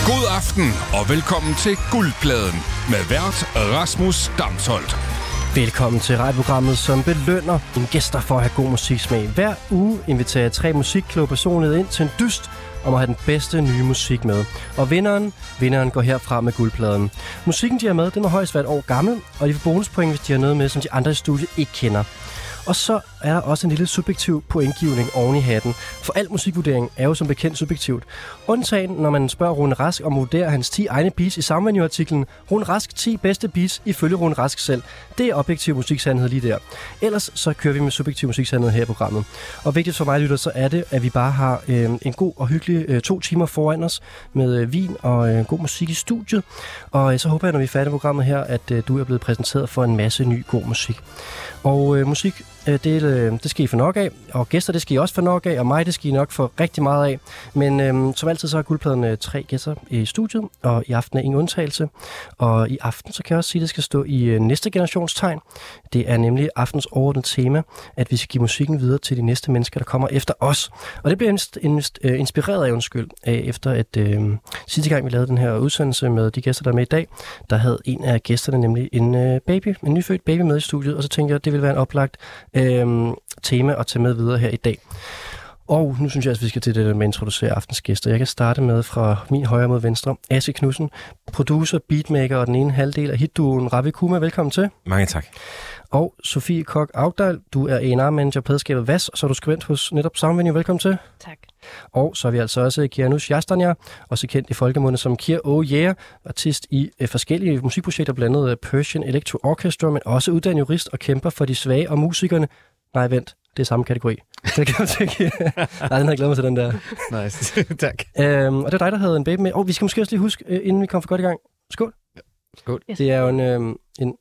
God aften og velkommen til Guldpladen med vært Rasmus Damsholdt. Velkommen til radioprogrammet, som belønner en gæster for at have god musiksmag. Hver uge inviterer jeg 3 musikkloge personligheder ind til en dyst om at have den bedste nye musik med. Og vinderen går herfra med guldpladen. Musikken, de har med, den må højst være et år gammel, og de får bonuspoint, hvis de har noget med, som de andre i studiet ikke kender. Og så er der også en lille subjektiv pointgivning oven i hatten. For al musikvurdering er jo som bekendt subjektivt. Undtagen, når man spørger Rune Rask om at vurdere hans 10 egne beats i Soundvenue-artiklen. Rune Rask 10 bedste beats ifølge Rune Rask selv. Det er objektiv musiksandhed lige der. Ellers så kører vi med subjektiv musiksandhed her i programmet. Og vigtigt for mig, lytter, så er det, at vi bare har en god og hyggelig 2 timer foran os med vin og god musik i studiet. Og så håber jeg, når vi er færdige med programmet her, at du er blevet præsenteret for en masse ny god musik. Og musik, det skal I få nok af, og gæster, det skal I også få nok af, og mig, det skal I nok få rigtig meget af. Men som altid, så har Guldpladen 3 gæster i studiet, og i aften er ingen undtagelse. Og i aften, så kan jeg også sige, at det skal stå i næste generations tegn. Det er nemlig aftens overordnede tema, at vi skal give musikken videre til de næste mennesker, der kommer efter os. Og det bliver inspireret af, efter at sidste gang, vi lavede den her udsendelse med de gæster, der er med i dag, der havde en af gæsterne nemlig en nyfødt baby med i studiet, og så tænkte jeg, at det ville være en oplagt tema at tage med videre her i dag. Og nu synes jeg, at vi skal til det med at introducere aftens gæster. Jeg kan starte med fra min højre mod venstre. Aske Knudsen, producer, beatmaker og den ene halvdel af hitduoen Ravi Kuma. Velkommen til. Mange tak. Og Sofie Kok Augdal, du er A&R-manager på pladeskabet VAS, så er du skribent hos netop Soundvenue. Velkommen til. Tak. Og så er vi altså også Kianush Yastanjar, også kendt i folkemunde som Kir Oh Yeah, artist i forskellige musikprojekter, blandt andet Persian Electro Orchestra, men også uddannet jurist og kæmper for de svage og musikerne. Nej, vent. Det er samme kategori. Velkommen til Kir. Nej, den havde jeg glædet mig til, den der. Nice. Tak. Og det er dig, der havde en baby med. Vi skal måske også lige huske, inden vi kommer for godt i gang. Skål. Ja. Skål. Yes. Det er jo en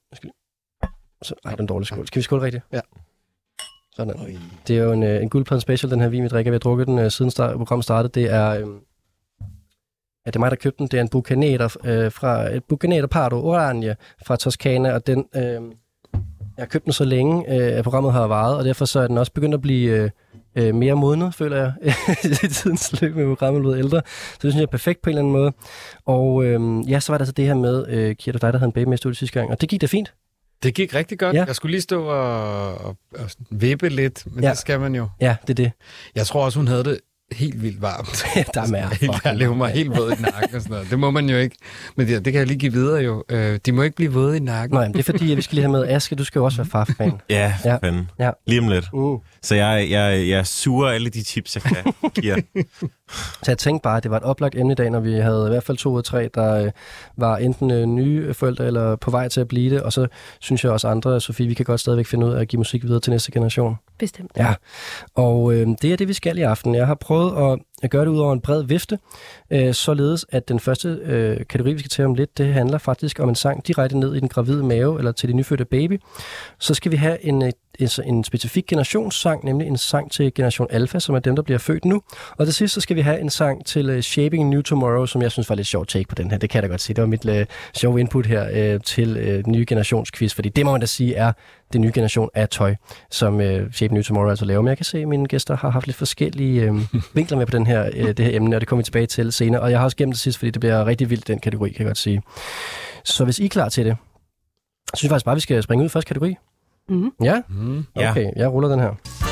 den dårlige skål. Skal vi skåle rigtigt? Ja. Sådan. Det er jo en Guldpladen special, den her vin, vi drikker. Vi har drukket den siden programmet startede. Det er... det er mig, der købte den. Det er en Bucaneter fra et Bucaneter Pardo Orange fra Toscana, og den... jeg har købt den så længe, at programmet har varet, og derfor så er den også begyndt at blive mere modnet, føler jeg, i tidens løb med programmet blevet ældre. Så det synes jeg er perfekt på en eller anden måde. Og så var der så det her med, Kir, dig, der havde en baby med i studiet sidste gang, og det gik da fint. Det gik rigtig godt. Ja. Jeg skulle lige stå og vippe lidt, men det skal man jo. Ja, det er det. Jeg tror også, hun havde det helt vildt varmt. Der er mere. Jeg mig helt våd i nakken og sådan noget. Det må man jo ikke. Men det kan jeg lige give videre jo. De må ikke blive våde i nakken. Nej, det er fordi, at vi skal lige have med Aske. Du skal jo også være farfan. Ja, fanden. Ja. Lige om lidt. Så jeg suger alle de tips, jeg kan give. Så jeg tænkte bare, at det var et oplagt emne i dag, når vi havde i hvert fald 2 ud af 3, der var enten nye forældre eller på vej til at blive det. Og så synes jeg også andre, Sofie, vi kan godt stadigvæk finde ud af at give musik videre til næste generation. Bestemt. Ja, og det er det, vi skal i aften. Jeg har prøvet at gøre det ud over en bred vifte, således at den første kategori, vi skal tage om lidt, det handler faktisk om en sang direkte ned i den gravide mave, eller til det nyfødte baby. Så skal vi have en specifik generationssang, nemlig en sang til generation Alpha, som er dem, der bliver født nu. Og til sidst, så skal vi have en sang til Shaping a New Tomorrow, som jeg synes var lidt sjovt take på den her. Det kan jeg da godt sige. Det var mit sjove input her til nye generationsquiz, fordi det må man da sige er den nye generation af tøj, som Shaping a New Tomorrow altså laver. Men jeg kan se, at mine gæster har haft lidt forskellige vinkler med på det her emne, og det kommer vi tilbage til senere. Og jeg har også gemt det sidst, fordi det bliver rigtig vildt, den kategori, kan jeg godt sige. Så hvis I er klar til det, så synes jeg faktisk bare, vi skal springe ud i første kategori. Mm-hmm. Ja? Okay, jeg ruller den her.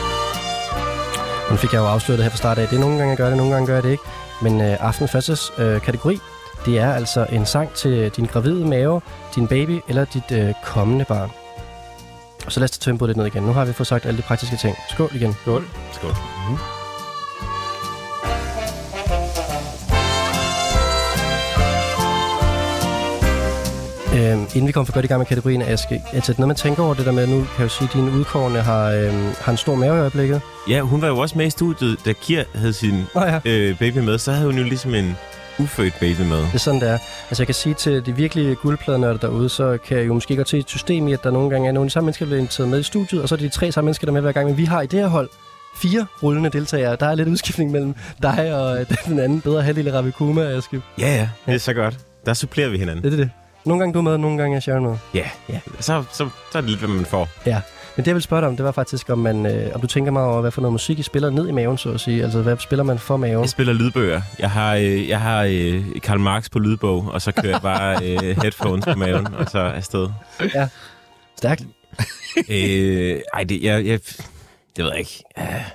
Nu fik jeg jo afsløret det her fra start af. Det er nogle gange, jeg gør det, nogle gange gør jeg det ikke. Men aftenens første kategori, det er altså en sang til din gravide mave, din baby eller dit kommende barn. Og så lad os tage tempoet lidt ned igen. Nu har vi fået sagt alle de praktiske ting. Skål igen. Skål. Skål. Mm-hmm. Inden vi kommer for godt i gang med kategorien, Aske, altså når man tænker over det der med, nu kan jeg jo sige, at dine udkårne har en stor mave i øjeblikket. Ja, hun var jo også med i studiet, da Kir havde sin baby med, så havde hun jo ligesom en ufødt baby med. Det er sådan, det er. Altså jeg kan sige til de virkelige guldpladernørder derude, så kan jeg jo måske godt se et system i, at der nogle gange er nogle af de samme mennesker, der bliver inviteret med i studiet, og så er det de 3 samme mennesker, der er med hver gang. Men vi har i det her hold 4 rullende deltagere. Der er lidt udskiftning mellem dig og den anden bedre halvdel af Ravi Kuma, Aske. Ja, det er så godt. Der supplerer vi hinanden. Det er det. Nogle gange du er med, nogle gange er Sharon med. Ja. Så er det lidt, hvad man får. Ja. Men det, jeg vil spørge dig om, det var faktisk, om du tænker meget over, hvad for noget musik I spiller ned i maven, så at sige. Altså, hvad spiller man for maven? Jeg spiller lydbøger. Jeg har Karl Marx på lydbog, og så kører jeg bare headphones på maven, og så afsted. Ja, stærkt. Det ved jeg ikke.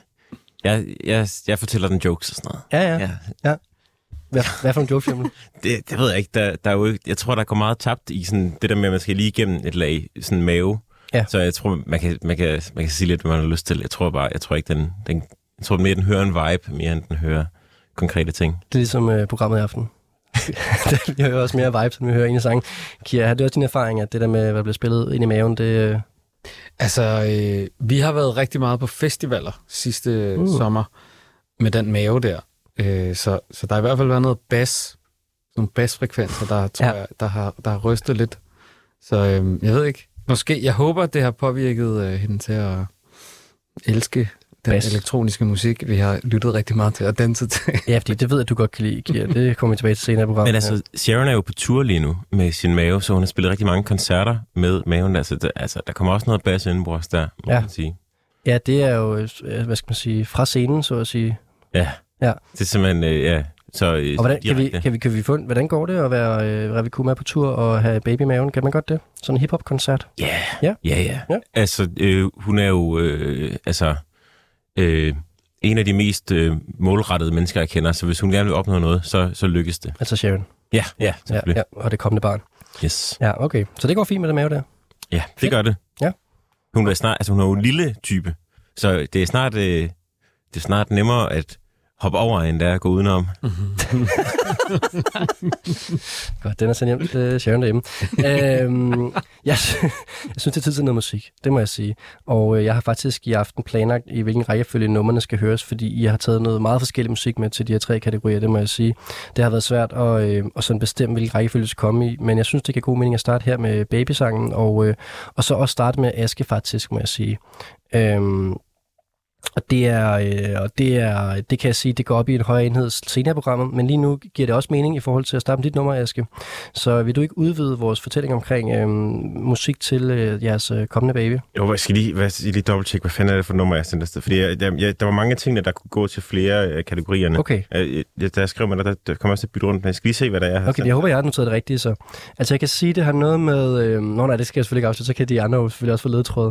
Jeg fortæller den jokes og sådan noget. Ja. Hvad for en joke, Fjemmel? Det ved jeg ikke. Der er jo ikke. Jeg tror, der går meget tabt i sådan det der med, at man skal lige igennem et lag sådan mave. Ja. Så jeg tror, man kan sige lidt, hvad man har lyst til. Jeg tror ikke, jeg tror mere, den hører en vibe, mere end den hører konkrete ting. Det er ligesom programmet i aften. Vi hører også mere vibe, end vi hører en i sangen. Kira, har du også din erfaring, at det der med, hvad bliver spillet ind i maven, det... Altså, vi har været rigtig meget på festivaler sidste sommer med den mave der. Så der har i hvert fald været noget nogle bassfrekvenser, der har rystet lidt. Så jeg ved ikke. Måske, jeg håber, at det har påvirket hende til at elske den elektroniske musik, vi har lyttet rigtig meget til og danset til. Ja, fordi det ved jeg, du godt kan lide, Kira. Det kommer vi tilbage til senere i programmet. Men altså, Sharon er jo på tur lige nu med sin mave, så hun har spillet rigtig mange koncerter med maven. Altså, der kommer også noget bass indenbords der, må man sige. Ja, det er jo, hvad skal man sige, fra scenen, så at sige. Ja. Det er simpelthen, Så, og hvordan går det at være Ravi Kumar på tur og have baby i maven? Kan man godt det? Sådan en hip-hop-koncert? Ja. Altså, hun er jo en af de mest målrettede mennesker, jeg kender. Så hvis hun gerne vil opnå noget, så lykkes det. Altså Sharon? Ja, selvfølgelig. Ja, og det kommende barn? Yes. Ja, okay. Så det går fint med den mave der? Ja, det gør det. Ja. Hun er jo en lille type, så det er snart nemmere at hoppe over, end der at gå udenom. Godt, den er så nemt, Sharon derhjemme. Jeg synes, det er tid til noget musik, det må jeg sige. Og jeg har faktisk i aften planlagt, i hvilken rækkefølge numrene skal høres, fordi jeg har taget noget meget forskellig musik med til de her 3 kategorier, det må jeg sige. Det har været svært at sådan bestemme, hvilken rækkefølge det skal komme i, men jeg synes, det kan god mening at starte her med babysangen, og så også starte med Aske faktisk, må jeg sige. Og det kan jeg sige, det går op i en højere enhed senere i programmet, men lige nu giver det også mening i forhold til at starte med dit nummer, Aske. Så vil du ikke udvide vores fortælling omkring musik til jeres kommende baby? Jo, jeg skal lige dobbelttjekke, hvad fanden er det for nummer, jeg sendte afsted? Fordi der var mange ting, der kunne gå til flere kategorierne. Okay. Der skrev man, der kommer også til at bytte rundt, men jeg skal lige se, hvad der er. Okay, jeg håber, jeg har noteret det rigtige så. Altså, jeg kan sige, det har noget med... nej, det skal jeg selvfølgelig ikke afslutte, så kan de andre selvfølgelig også få ledetråd.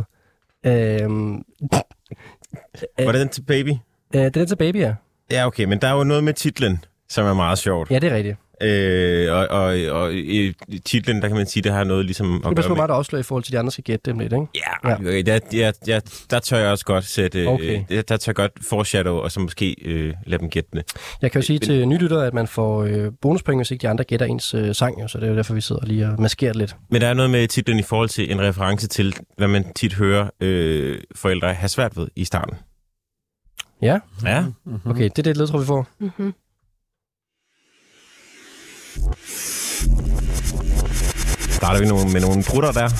Var det den til baby? Det er til baby, ja. Ja, okay, men der er jo noget med titlen, som er meget sjovt. Ja, det er rigtigt. Og i titlen, der kan man sige, det har noget ligesom at gøre med... Det er meget at afsløre i forhold til, de andre skal gætte dem lidt, ikke? Ja. Der tør jeg også godt sætte... Okay. Der tør jeg godt foreshadow, og så måske lade dem gætte det. Jeg kan jo sige til nylyttere, at man får bonuspoint, hvis ikke de andre gætter ens sang, jo, så det er jo derfor, vi sidder lige og maskerer lidt. Men der er noget med titlen i forhold til en reference til, hvad man tit hører forældre have svært ved i starten. Ja? Ja. Mm-hmm. Okay, det er det ledtråd, vi får. Mm-hmm. Starter vi med nogle prutter der.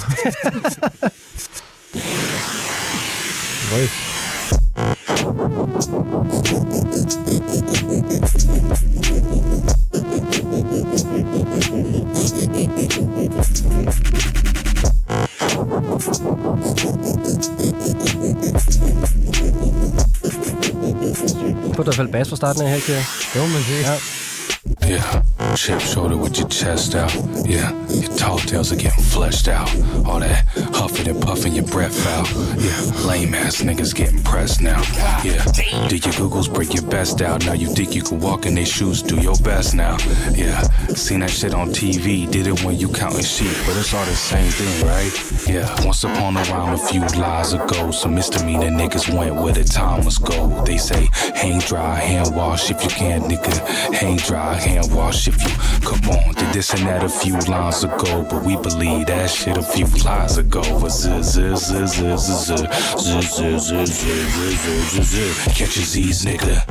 På der fald bas fra starten af her, Kjær. Jo, man siger. Ja. Yeah, chip shoulder with your chest out. Yeah, your tall tales are getting fleshed out. All that huffing and puffing your breath out. Yeah, lame ass niggas getting pressed now. Yeah, did your Googles break your best out? Now you think you can walk in their shoes, do your best now. Yeah, seen that shit on TV, did it when you counting sheep, but it's all the same thing, right? Yeah, once upon a round a few lies ago, some misdemeanor niggas went where the time was gold. They say, hang dry, hand wash if you can, nigga. Hang dry, hand wash if you come on. Did this and that a few lines ago, but we believe that shit a few lies ago. Catch your Z's, nigga.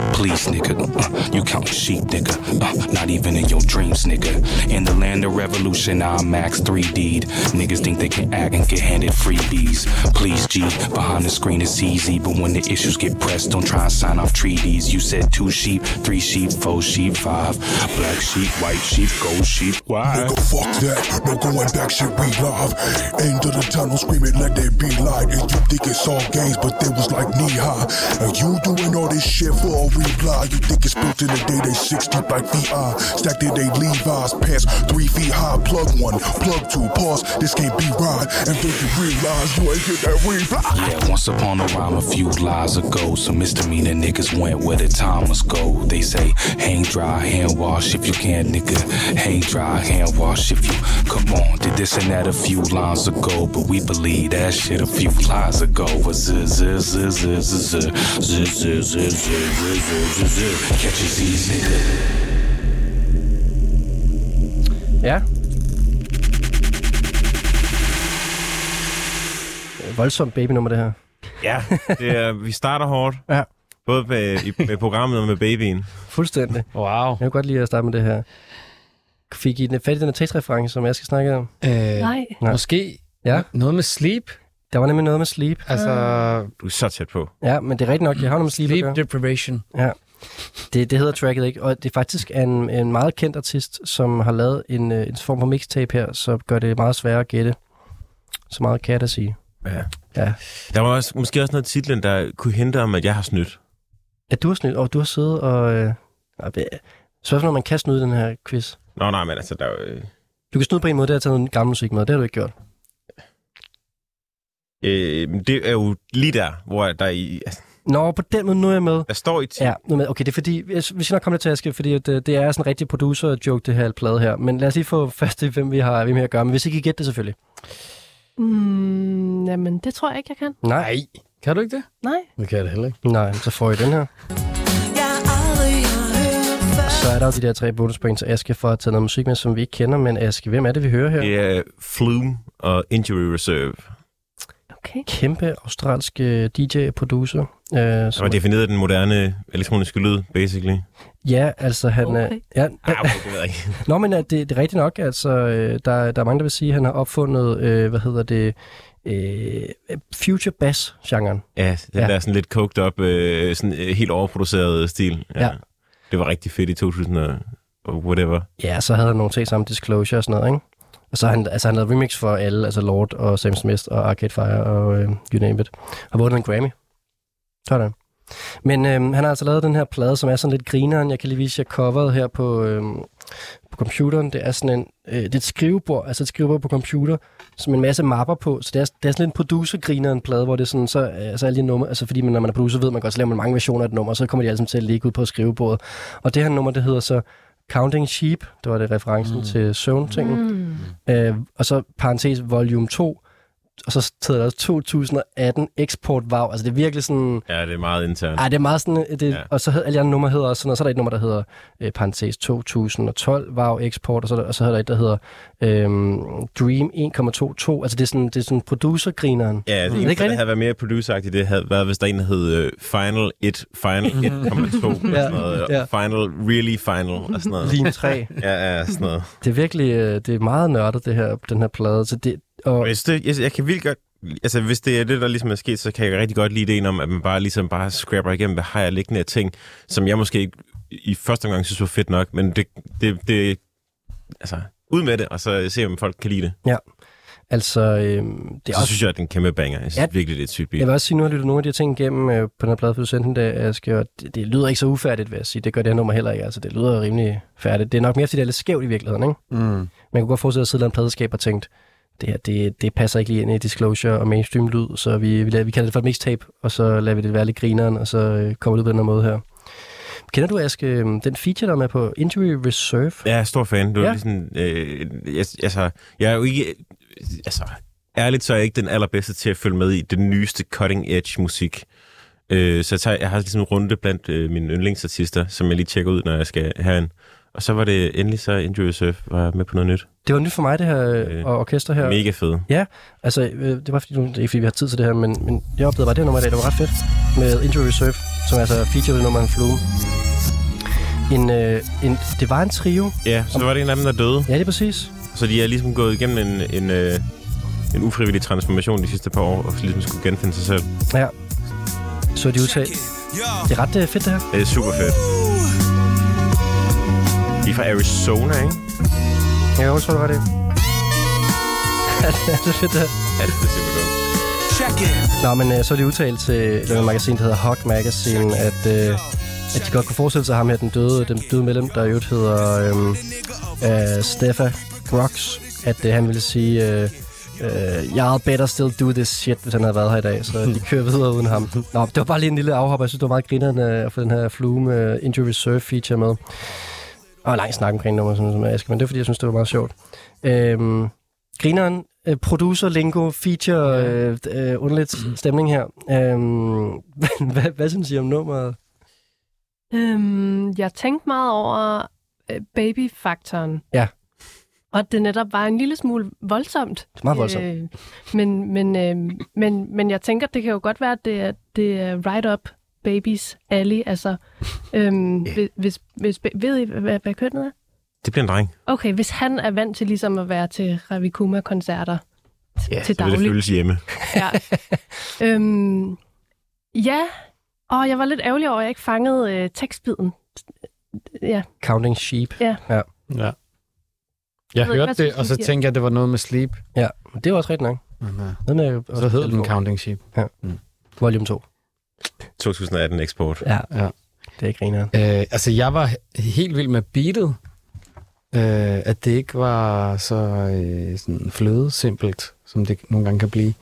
Please, nigga, you count sheep, nigga. Not even in your dreams, nigga. In the land of revolution, I'm Max 3D'd. Niggas think they can act and get handed freebies. Please, G, behind the screen it's easy, but when the issues get pressed, don't try and sign off treaties. You said 2 sheep, 3 sheep, 4 sheep, 5. Black sheep, white sheep, gold sheep, why? Nigga, fuck that, no going back, shit, we live. End of the tunnel, screaming, let there be light. And you think it's all games, but they was like knee high. And you doing all this shit for a reply. You think it's built in the day, they 6 deep like VI. Stacked in they Levi's pants, 3 feet high. Plug 1, plug 2, pause, this can't be right. And then you realize you ain't get that reply. Yeah, once upon a rhyme a few lies ago, some misdemeanor niggas went where the time must go. They say, hang dry, hand wash if you can, nigga. Hang dry, hand wash if you, come on. Did this and that a few lines ago, but we believe that shit a few lies ago. Catch his ease, nigga. Ja. Voldsomt babynummer, det her. Ja, vi starter hårdt. Ja. Både med programmet og med babyen. Fuldstændig. Wow. Jeg kan godt lide at starte med det her. Fik I fat i den her tekstreference, som jeg skal snakke om? Nej. Måske noget med sleep. Der var nemlig noget med sleep. Altså, du er så tæt på. Ja, men det er rigtigt nok. Jeg har noget med sleep sleep deprivation. Ja. Det hedder tracket, ikke? Og det er faktisk en meget kendt artist, som har lavet en form for mixtape her, så gør det meget sværere at gætte. Så meget kan jeg da sige. Ja. Der var måske også noget i titlen, der kunne hente om, at jeg har snydt. At du har snydt, og du har siddet og... så hvorfor når man kan snyde den her quiz? Nå, nej, men altså, der er jo... Du kan snyde på en måde, der har taget noget gammel musik med, det har du ikke gjort. Det er jo lige der, hvor der i... Altså, nå, på den måde nu er jeg med. Der står i ja, nu med. Okay, det er fordi... Hvis jeg nok kommer lidt til Aske, fordi at, det er sådan en rigtig producer-joke, det her plade her. Men lad os lige få fast i, hvem vi har med at gøre. Men hvis ikke I gætter det selvfølgelig. Jamen, det tror jeg ikke, jeg kan. Nej. Kan du ikke det? Nej. Det kan jeg da heller ikke. Nej, så får I den her. Så er der jo de der 3 bonuspoint til Aske for at tage noget musik med, som vi ikke kender. Men Aske, hvem er det, vi hører her? Det er Flume og Injury Reserve. Okay. Kæmpe australske DJ-producer. Som er defineret af den moderne elektroniske lyd, basically. Ja, altså han... Okay. Ja, det ved jeg ikke. nå, men det er rigtigt nok. Altså, der er mange, der vil sige, at han har opfundet, future bass-genren. Ja, den der sådan lidt coked up, sådan helt overproduceret stil. Ja. Det var rigtig fedt i 2000 og whatever. Ja, så havde han nogle ting sammen, Disclosure og sådan noget, ikke? Og så har han lavet remix for alle, altså Lord og Sam Smith og Arcade Fire og you name it. Har vundet en Grammy. Sådan. Men han har altså lavet den her plade, som er sådan lidt grineren. Jeg kan lige vise jer coveret her på computeren. Det er sådan det er et skrivebord på computer, som en masse mapper på. Så det er sådan lidt en producer-grineren plade, hvor det er sådan, så alle de numre, altså fordi når man er producer, ved man godt, så laver man mange versioner af et nummer, og så kommer de alle sammen til at ligge ud på skrivebordet. Og det her nummer, det hedder så Counting Sheep, det var det referencen til søvn-tingen. Og så parentes volume 2, og så hedder det også 2018 Export Wow. Altså det er virkelig sådan... Ja, det er meget internt. Ja, det er meget sådan... Og så alle de andre numre hedder også sådan, og så er der et nummer, der hedder parentes 2012 Wow Export, og så er der et, der hedder Dream 1,22. Altså det er sådan producer-grineren. Ja, det eneste, der havde været mere producer-agtigt, det havde været, hvis der en, der hed Final 1, Final 1,2, og sådan noget. Final, Really Final, og sådan noget. Lim 3. Ja, sådan noget. Det er virkelig... det er meget nørdet, den her plade. Så det... Og jeg kan vildt godt... Altså, hvis det er det, der ligesom er sket, så kan jeg rigtig godt lide ideen om, at man bare scraper igennem, hvad har jeg liggende af ting, som jeg måske ikke i første gang synes var fedt nok, men det altså, ud med det, og så se, om folk kan lide det. Ja, altså... det er så også... synes jeg, at det er en kæmpe banger. Jeg synes virkelig, det er et sygt beat. Jeg vil også sige, nu har jeg lyttet nogle af de her ting igennem på den her plade for producenten, det lyder ikke så ufærdigt, vil jeg sige. Det gør det her nummer heller ikke. Altså, det lyder rimelig færdigt. Det er nok mere, fordi det er lidt skævt i virkeligheden, ikke? Man kan godt forestille sig at sidde og en pladeskab og tænkt, det her, det passer ikke lige ind i Disclosure og mainstream lyd, så vi kalder det for et mixtape, og så lader vi det være lidt grineren, og så kommer det ud på den her måde her. Kender du, Aske, den feature, der er med på Injury Reserve? Ja, stor fan. Du er ligesom, jeg er jo ikke... Altså, ærligt så er jeg ikke den allerbedste til at følge med i den nyeste cutting edge musik. Så jeg har ligesom en runde blandt mine yndlingsartister, som jeg lige tjekker ud, når jeg skal herind. Og så var det endelig så Injury Reserve var med på noget nyt. Det var nyt for mig, det her orkester her. Mega fedt. Ja, altså det var fordi vi har tid til det her, men jeg oplevede bare det her nummer i dag, der var ret fedt med Injury Reserve. som altså featurede nummeret Flume. Det var en trio. Ja, så var det en af dem, der døde. Ja, det er præcis. Så de er ligesom gået igennem en ufrivillig transformation de sidste par år, og ligesom skulle genfinde sig selv. Ja. Så de udtalt. Det er ret fedt, det her. Det er super fedt. De er fra Arizona, ikke? Ja, jeg tror, det var det. Ja, det er så fedt, det her. Ja, det er super dumt. Nå, men så er de udtalt til et magasin, der hedder Hawk Magazine, at de godt kunne forestille sig ham her, den døde medlem, der jo hedder Steffa Grox, at han ville sige, I'll better still do this shit, hvis han havde været her i dag, så de kører videre uden ham. Nå, det var bare lige en lille afhopper. Jeg synes, det var meget grinerende at få den her Flume Injury Reserve feature med. Og lang snak omkring nummer, som jeg elsker, men det er fordi, jeg synes, det var meget sjovt. Grineren, producer, lingo, feature, underligt stemning her. Hvad synes I om nummeret? Jeg tænkte meget over baby-faktoren. Ja. Og det netop var en lille smule voldsomt. Det er meget voldsomt. Men jeg tænker, det kan jo godt være, at det er right up babies alley. Altså, hvis ved I, hvad kønnet er? Det bliver en dreng. Okay, hvis han er vant til ligesom at være til Ravi Kumar-koncerter til daglig. Ja, så vil det føles hjemme. Ja. Ja, og jeg var lidt ærgerlig over, at jeg ikke fangede tekstbiden. Ja. Counting Sheep. Ja. Jeg hørte det, og så tænkte jeg, at det var noget med Sleep. Ja, men det var også rigtigt nok. Så hed den Counting Sheep. Ja. Volume 2. 2018 eksport. Ja. Det er ikke renere. Altså, jeg var helt vild med beatet. At det ikke var så sådan flødesimpelt, som det nogle gange kan blive.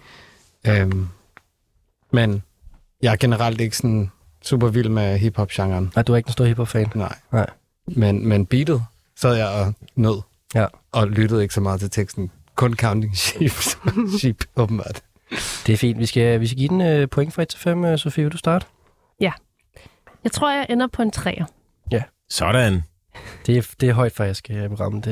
Men jeg er generelt ikke sådan super vild med hip-hop-genren. Nej, du er ikke en stor hip-hop-fan? Nej. Men beatet sad jeg og nød. Ja. Og lyttede ikke så meget til teksten. Kun Counting Sheep, åbenbart. Det er fint. Vi skal give den point fra 1 til 5. Sofie, vil du starte? Ja. Jeg tror, jeg ender på en 3'er. Ja. Sådan. Det er højt for Aske i programmet.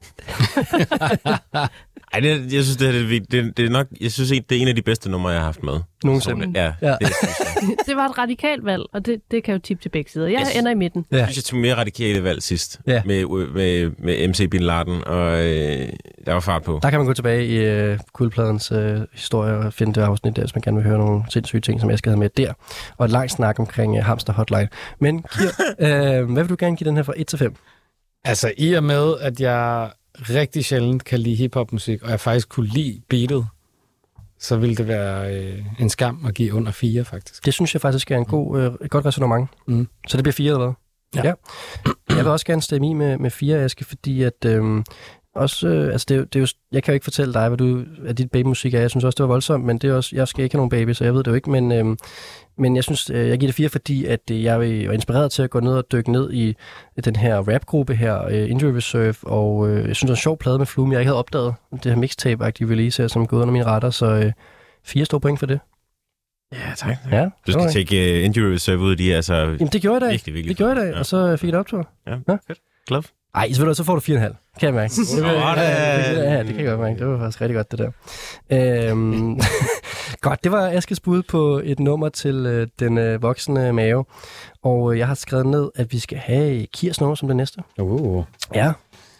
Ej, jeg synes, det er nok... Jeg synes det er en af de bedste numre, jeg har haft med. Nogensinde. Ja. Det synes jeg. Det var et radikalt valg, og det kan jo tippe til begge sider. Jeg ender i midten. Jeg synes, jeg tog mere radikale valg sidst med MC Bin Laden, og der var fart på. Der kan man gå tilbage i Guldpladens historie og finde det afsnit der, hvis man gerne vil høre nogle sindssyge ting, som Aske havde med der. Og et langt snak omkring Hamster Hotline. Men Kier, hvad vil du gerne give den her fra 1 til 5? Altså, i og med, at jeg rigtig sjældent kan lide hiphop-musik, og jeg faktisk kunne lide beatet, så ville det være en skam at give under 4, faktisk. Det synes jeg faktisk er en et godt ræsonnement. Så det bliver 4, eller hvad? Ja. Jeg vil også gerne stemme i med 4, Aske, fordi at... altså det er jo, jeg kan jo ikke fortælle dig, hvad dit babymusik er. Jeg synes også, det var voldsomt, men det er også, jeg skal ikke have nogen baby, så jeg ved det jo ikke. Men jeg synes, jeg giver det 4, fordi at jeg var inspireret til at gå ned og dykke ned i den her rapgruppe her, Injury Reserve, og jeg synes, det var en sjov plade med Flume, jeg ikke havde opdaget. Det her mixtape-agtige release her, som går under mine retter, så 4 store point for det. Ja, tak. Ja, du skal tjekke Injury Reserve ud, de er altså... Jamen, det gjorde jeg da. Det gjorde jeg da, og så fik jeg det optur. Ja, fedt. Glad. Ej, så får du 4,5. Kan jeg mærke. Ja, det kan jeg godt mærke. Det var faktisk rigtig godt, det der. Godt, det var Askes bud på et nummer til den voksne mave. Og jeg har skrevet ned, at vi skal have Kiers nummer som det næste. Ja.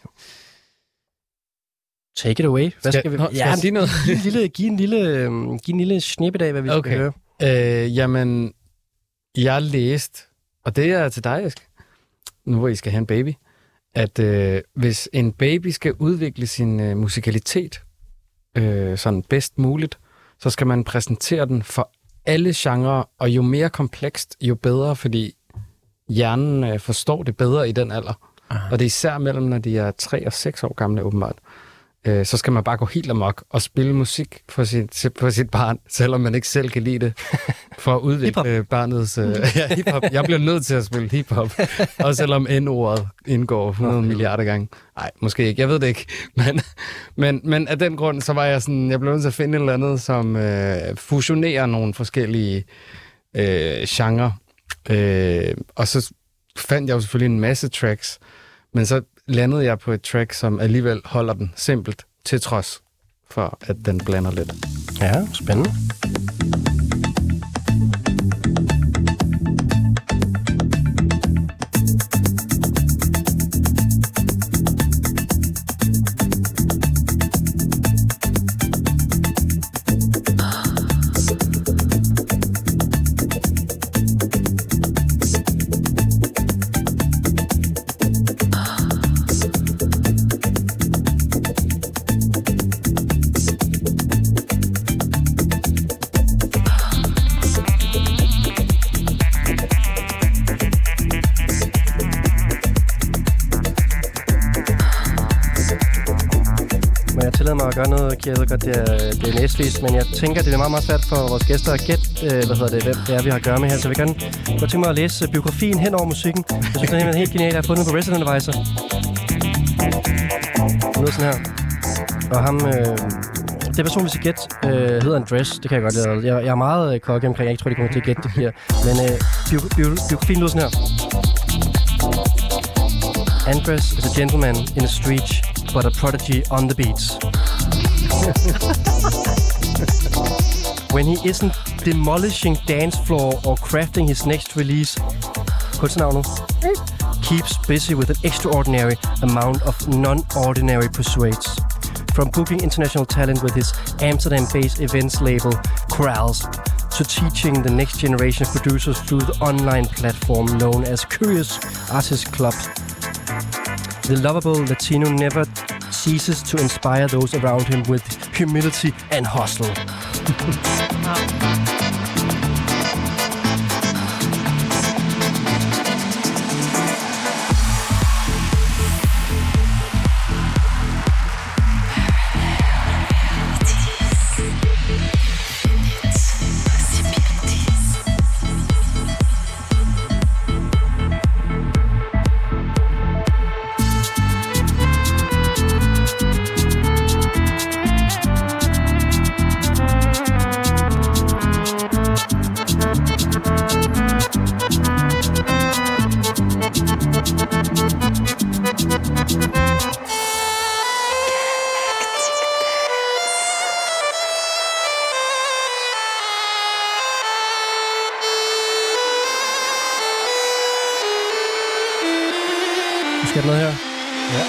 Take it away. Hvad skal vi? Skal jeg sige noget? Giv en lille snip af, hvad vi skal høre. Jamen, jeg læste, og det er til dig, Aske, nu hvor I skal have en baby, at hvis en baby skal udvikle sin musikalitet sådan bedst muligt, så skal man præsentere den for alle genrer, og jo mere komplekst, jo bedre, fordi hjernen forstår det bedre i den alder. Aha. Og det er især mellem, når de er 3 og 6 år gamle, åbenbart. Så skal man bare gå helt amok og spille musik for sit barn, selvom man ikke selv kan lide det, for at udvikle barnets hiphop. Jeg bliver nødt til at spille hiphop, også selvom N-ordet indgår 100 milliarder gange. Nej, måske ikke, jeg ved det ikke. Men af den grund, så var jeg sådan, jeg blev nødt til at finde et eller andet, som fusionerer nogle forskellige genrer. Og så fandt jeg jo selvfølgelig en masse tracks, men så landede jeg på et track, som alligevel holder den simpelt, til trods for, at den blander lidt. Ja, spændende. tillade mig at gøre noget, jeg ved godt, det er næstvist, men jeg tænker, det er meget, meget svært for vores gæster at gætte, hvem det er, vi har at gøre med her. Så jeg vil godt tænke mig at læse biografien hen over musikken. Jeg synes, det er helt genialt. Jeg har fundet på Resident Advisor. Noget sådan her. Og ham... det person, vi skal gætte, hedder Andres. Det kan jeg godt lide. Jeg er meget kokke omkring. Jeg ikke tror, de kommer til at gætte det her. Men biografien lyder sådan her. Andres is a gentleman in a street, but a prodigy on the beats. When he isn't demolishing dance floor or crafting his next release, kunstnavnet, keeps busy with an extraordinary amount of non-ordinary pursuits. From booking international talent with his Amsterdam-based events label, Corals, to teaching the next generation of producers through the online platform known as Curious Artist Club. The lovable Latino never ceases to inspire those around him with humility and hustle. Skal der noget her? Ja.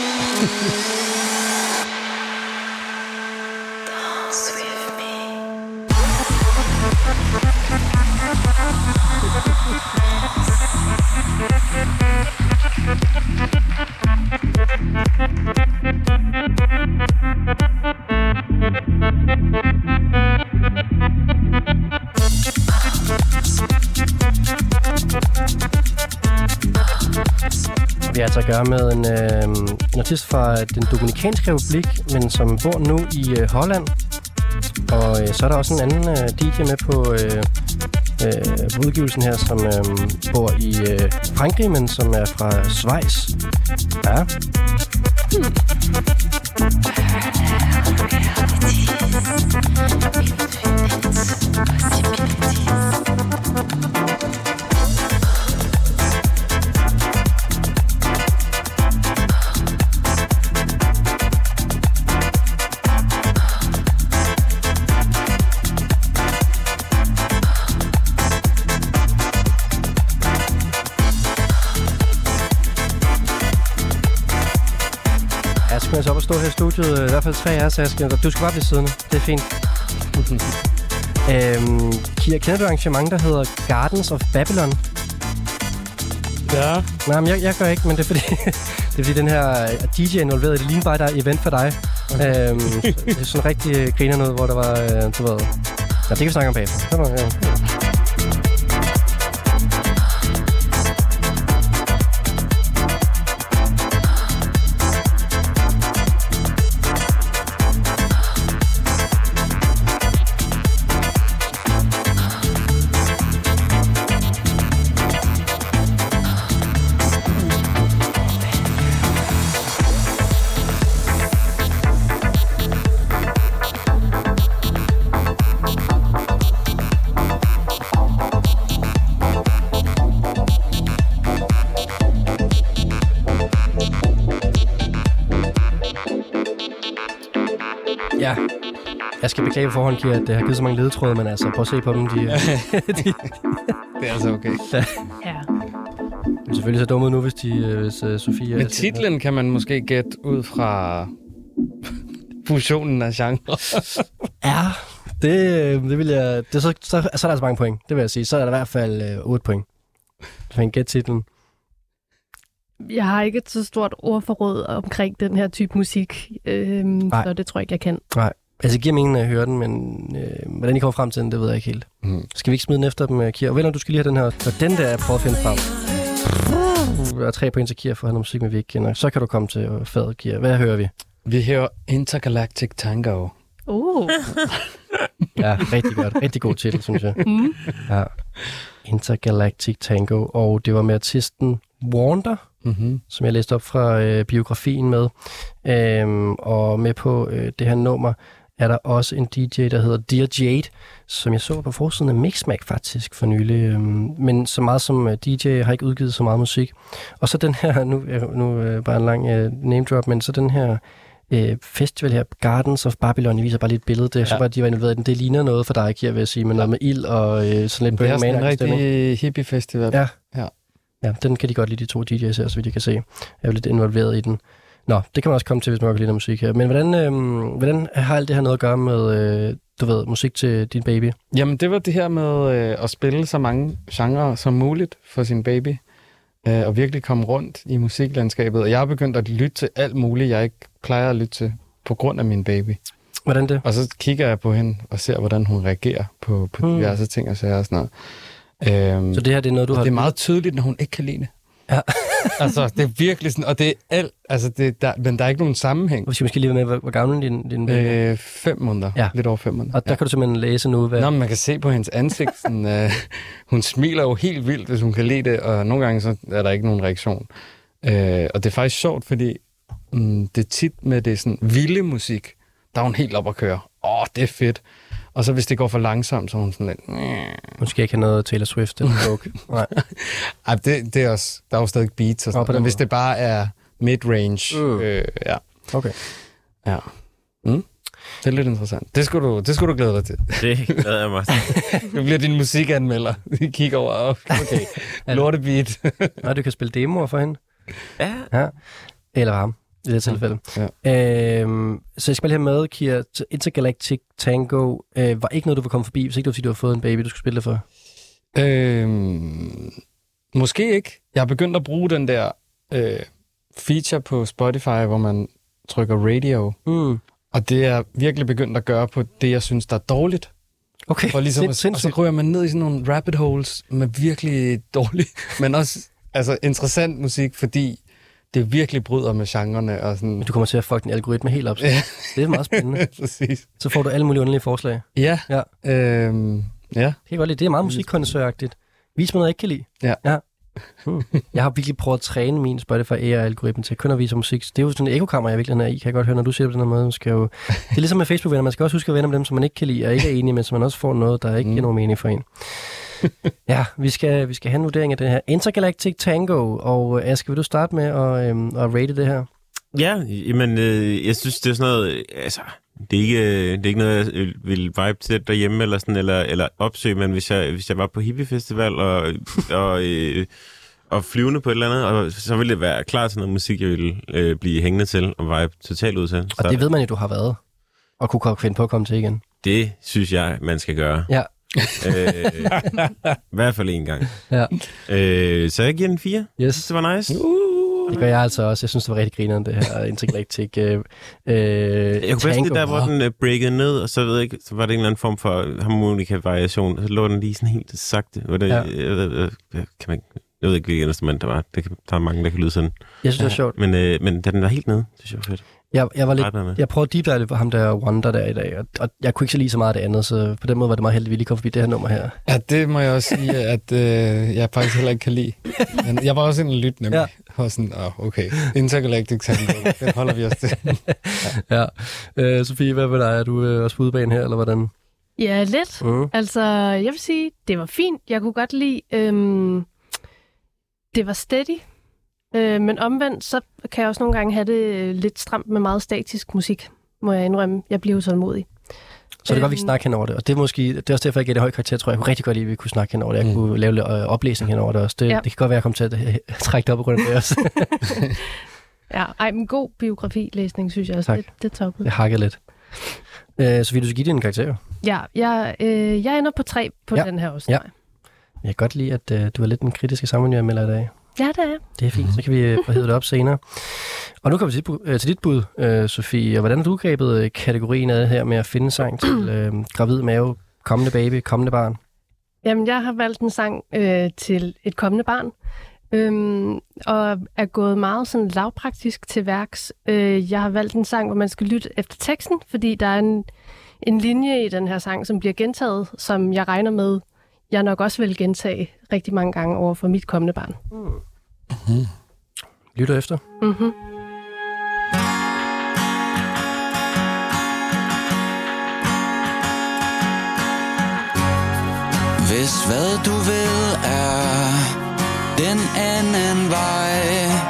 Vi har altså at gøre med en artist fra den Dominikanske Republik, men som bor nu i Holland. Og så er der også en anden DJ med på udgivelsen her, som bor i Frankrig, men som er fra Schweiz. Ja. Jeg skal op og stå her i studiet. I hvert fald 3 af os, Aske. Du skal bare blive siddende. Det er fint. Kira, kender du arrangement, der hedder Gardens of Babylon? Ja. Nej, men jeg gør ikke, men det er fordi den her DJ er involveret i det. Ligner bare, der er event for dig. Okay. Det er sådan rigtig griner noget, hvor der var, du ved... Ja, det kan vi snakke om bagefter. Ja. Ja, jeg skal beklage på forhånd, Kira, at det har givet så mange ledetråde, men altså, prøv at se på dem. Det er altså okay. Ja. Men selvfølgelig så dumme nu, hvis Sofie... Men titlen kan man måske gætte ud fra fusionen af genre. Ja, det vil jeg... Så er der altså mange point, det vil jeg sige. Så er der i hvert fald 8 point. Så en gæt titlen. Jeg har ikke et så stort ordforråd omkring den her type musik, så det tror jeg ikke, jeg kan. Nej, altså det giver mening, når jeg hører den, men hvordan I kommer frem til den, det ved jeg ikke helt. Skal vi ikke smide den efter dem, Kira? Og vel, du skal lige have den her, og den der er prøvet at finde frem. Der er 3 point til Kira for at have noget musik, men vi ikke kender. Så kan du komme til fadet, Kira. Hvad hører vi? Vi hører Intergalactic Tango. Ja, rigtig godt. Rigtig god titel, synes jeg. Ja. Intergalactic Tango, og det var med artisten Wander, som jeg læste op fra biografien med. Og med på det her nummer er der også en DJ, der hedder Dear Jade, som jeg så på forsiden af Mixmag faktisk for nylig. Men så meget som DJ har ikke udgivet så meget musik. Og så den her, nu bare en lang name drop, men så den her festival her, Gardens of Babylon, jeg viser bare lidt et billede. Det er så bare, de var involveret i den. Det ligner noget for dig, Kier, vil jeg sige, med noget med ild og sådan lidt Burning Man. Det er sådan en rigtig hippie-festival. Ja, den kan de godt lide, de to DJ's her, så vidt jeg kan se. Jeg er jo lidt involveret i den. Nå, det kan man også komme til, hvis man kan lide musik her. Men hvordan har alt det her noget at gøre med, musik til din baby? Jamen, det var det her med at spille så mange genrer som muligt for sin baby. Og virkelig komme rundt i musiklandskabet. Og jeg har begyndt at lytte til alt muligt, jeg ikke plejer at lytte til, på grund af min baby. Hvordan det? Og så kigger jeg på hende og ser, hvordan hun reagerer på diverse ting og sager og sådan noget. Så det her, det er noget, du har... Det er meget tydeligt, når hun ikke kan lide det. Ja. Altså, det er virkelig sådan, og det er alt, altså, men der er ikke nogen sammenhæng. Vi skal måske lige være med, hvor gammel din baby? 5 måneder. Ja. Lidt over 5 måneder. Og der kan du simpelthen læse nu, hvad... Nå, men man kan se på hendes ansigt, sådan, hun smiler jo helt vildt, hvis hun kan lide det, og nogle gange så er der ikke nogen reaktion. Og det er faktisk sjovt, fordi det er tit med det sådan vilde musik, der er hun helt op at køre. Det er fedt. Og så hvis det går for langsomt, så er hun sådan lidt... Hun skal ikke have noget Taylor Swift eller Coke. Nej. Ej, det er også... Der er jo stadig beats og sådan noget. Men hvis det bare er mid-range... ja. Okay. Ja. Det er lidt interessant. Det skulle du glæde dig til. Det glæder jeg mig. Du bliver din musikanmelder. Vi kigger over. Okay. Lortebeat. Og du kan spille demoer for hende. Ja. Eller ham. I det tilfælde. Ja. Så jeg skal bare lige have med, Kier, Intergalactic Tango var ikke noget, du ville komme forbi, hvis ikke det var, fordi du har fået en baby, du skulle spille det for? Måske ikke. Jeg har begyndt at bruge den der feature på Spotify, hvor man trykker radio. Og det er virkelig begyndt at gøre på det, jeg synes, der er dårligt. Okay, og ligesom og så ryger man ned i sådan nogle rabbit holes med virkelig dårlig, men også interessant musik, fordi det virkelig bryder med genrerne. Og sådan. Du kommer til at fuck den algoritme helt op. Ja. Det er meget spændende. Præcis. Så får du alle mulige underlige forslag. Ja. Ja. Ja. Det er meget musikkoncertagtigt. Vis mig noget, jeg ikke kan lide. Ja. Jeg har virkelig prøvet at træne min Spotify AI-algoritme til kun at vise musik. Det er jo sådan en ekokammer, jeg virkelig er i. Kan jeg godt høre, når du siger det på den her måde. Det er ligesom med Facebook-venner. Man skal også huske at vende med dem, som man ikke kan lide og ikke er enige med, så man også får noget, der ikke giver nogen mening for en. Ja, vi skal have en vurdering af det her Intergalactic Tango, og Aske, vil du starte med at rate det her? Ja, men jeg synes, det er sådan noget, altså, det er ikke noget, jeg vil vibe til derhjemme eller sådan, eller opsøge, men hvis jeg var på hippiefestival og flyvende på et eller andet, så ville det være klar til noget musik, jeg ville blive hængende til og vibe totalt ud til. Og så, det ved man jo, du har været, og kunne finde på at komme til igen. Det synes jeg, man skal gøre. Ja. I hvert fald en gang. Ja. Så jeg giver den 4. Yes. Det var nice. Det gør jeg altså også. Jeg synes, det var rigtig grinerende, det her Intergalactic jeg kunne bedst lide der, hvor den breakede ned, og så ved jeg ikke, så var det en eller anden form for harmonika-variation, og så lå den lige sådan helt sakte. Jeg ved ikke, hvilket instrument der var. Der er mange, der kan lyde sådan. Jeg synes, det er sjovt. Men da den var helt nede, synes jeg var fedt. Jeg prøvede at deep dive ham der Wonder der i dag, og jeg kunne ikke så lige så meget af det andet, så på den måde var det meget heldigt, at vi lige kom forbi det her nummer her. Ja, det må jeg også sige, at jeg faktisk heller ikke kan lide. Men jeg var også en lyt, nemlig. Ja. Og sådan, okay, Intergalactic Tango, den holder vi os til. Ja. Sofie, hvad med dig? Er du også på udebane her, eller hvordan? Ja, lidt. Altså, jeg vil sige, det var fint. Jeg kunne godt lide, det var steady. Men omvendt, så kan jeg også nogle gange have det lidt stramt med meget statisk musik, må jeg indrømme. Jeg bliver utålmodig. Så det er godt, vi kan snakke hen over det. Og det er også derfor, jeg gav det høj karakter, tror jeg. Jeg kunne rigtig godt lide, at vi kunne snakke hen over det. Jeg kunne lave oplæsning hen over det også. Det kan godt være, at jeg kommer til at trække det op på grund af det også. Men god biografilæsning, synes jeg også. Tak. Det er toppet. Jeg hakker lidt. Sofie, du skal give din karakter. Ja, jeg ender på 3 på den her også. Ja. Jeg kan godt lide, at du er lidt den kritiske sammenhængeanmelder i dag. Ja, det er. Det er fint, så kan vi få hævet det op senere. Og nu kommer vi til dit bud, Sofie. Og hvordan har du grebet kategorien af det her med at finde sang til gravid mave, kommende baby, kommende barn? Jamen, jeg har valgt en sang til et kommende barn. og er gået meget sådan lavpraktisk til værks. Jeg har valgt en sang, hvor man skal lytte efter teksten, fordi der er en linje i den her sang, som bliver gentaget, som jeg regner med, jeg nok også vil gentage rigtig mange gange over for mit kommende barn. Mm-hmm. Lytter efter. Mhm. Hvis hvad du vil er den anden vej,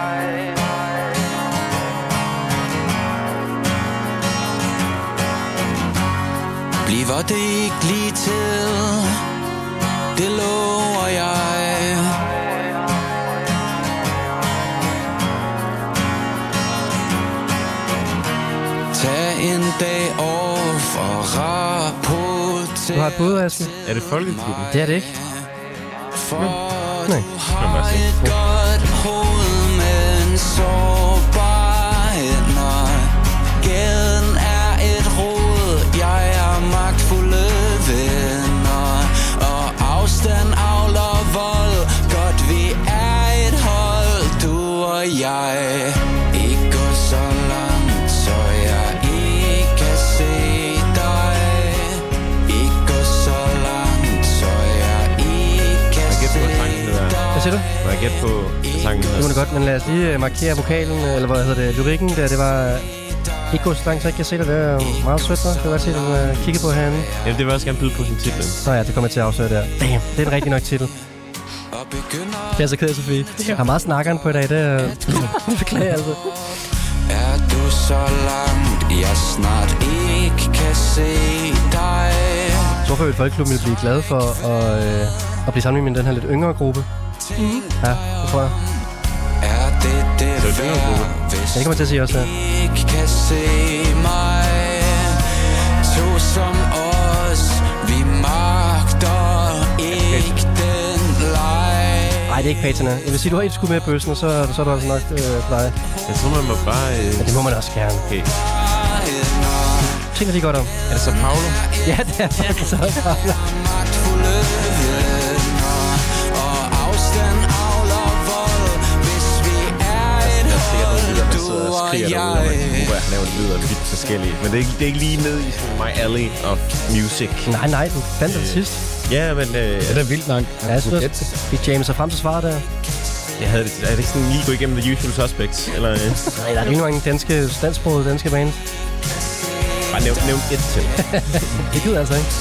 bliver det ikke lige til, det lover jeg. Tag en dag off og rapporter. Du har et bud, Aske? Er det Folkeklubben? Det er det ikke. Nej. Du har et godt hoved, men sårbarhed, når gaden er et rod. Jeg er magtfulde venner, og afstand avler vold. Godt vi er et hold, du og jeg. Ikke gå så langt, så jeg ikke kan se dig. Ikke gå så langt, så jeg ikke kan se dig. Hvad siger du? Må jeg gætte på sangen? Det må det godt, men lad os lige markere vokalen, eller hvad hedder det, lyrikken der. Det var ikke gå så langt, så jeg kan se det. Det er meget sødt, hva'? Det var godt se, at du kigger på herinde. Ja, det vil også gerne byde på sin titel. Nå ja, det kommer jeg til at afsløre der. Damn, det er en rigtig nok titel. Jeg er så ked af, Sofie. Jeg har meget snakkeren på i dag, det er... Beklager altså. Er du så langt, jeg snart ikke kan se dig. Jeg tror, at Folkeklubben vil blive glad for at blive sammenlignet med den her lidt yngre gruppe. Mm. Ja, det tror jeg. Er det værd, hvis det kommer til at sige også, ja. ikke kan se mig. To som os, vi magter ikke den leg. Nej, det er ikke Patana. Jeg vil sige, du har et skud med i bøssen, og så er du altså nok på dig. Jeg tror, man må bare... Ja, det må man også gerne. Okay. Tænker lige godt om. Er det så Paolo? Ja, det er faktisk så Paolo. Skriger derude, og man kan lave det lyder vidt forskellige. Men det er ikke lige ned i sådan my alley of music. Nej, du fandt det sidst. Ja, men... det er vildt nok. Ja, jeg synes, vi jammer sig frem til svaret der. Jeg havde det ikke sådan lige gå igennem The Usual Suspects, eller... Nej, der er ikke nogen dansksprogede danske bands. Bare nævn et til. Det gider altså ikke.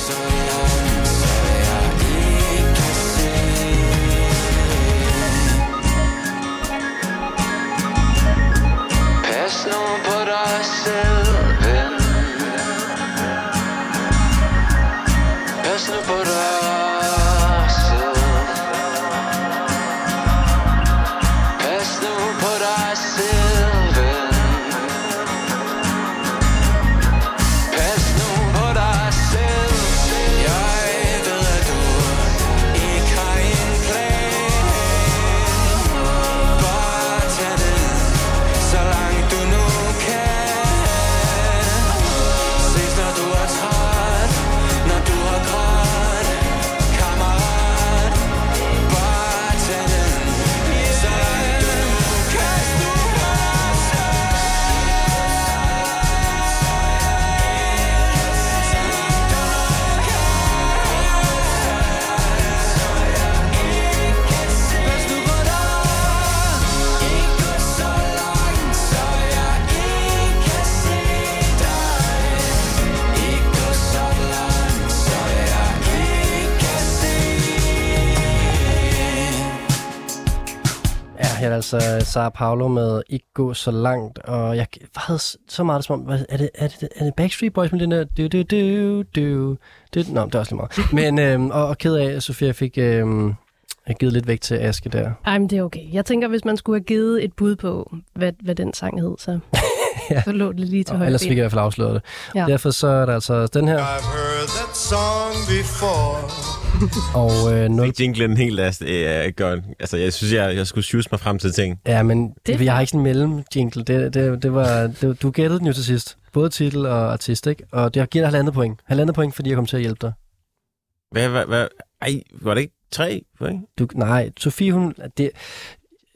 Altså Sara Paolo med Ikke gå så langt, og jeg havde så meget som om, er det Backstreet Boys med den der Nå, det er også lige meget. Men, og ked af, at Sofia fik givet lidt væk til Aske der. Ej, men det er okay. Jeg tænker, hvis man skulle have givet et bud på, hvad den sang hed, så, ja. Så lå det lige til højre. Ellers fik jeg i hvert fald afsløret det. Ja. Derfor så er der altså den her. I've heard that song before. Og noget... Jinglen helt gør... Altså, jeg synes, jeg skulle shoes mig frem til ting. Ja, men jeg har ikke sådan en mellem-jingle. Det var... Du gættede den jo til sidst. Både titel og artist, ikke? Og det har givet dig 1,5 point. 1,5 point, fordi jeg kom til at hjælpe dig. Hvad? Ej, var det ikke 3 point? Nej, Sofie, hun...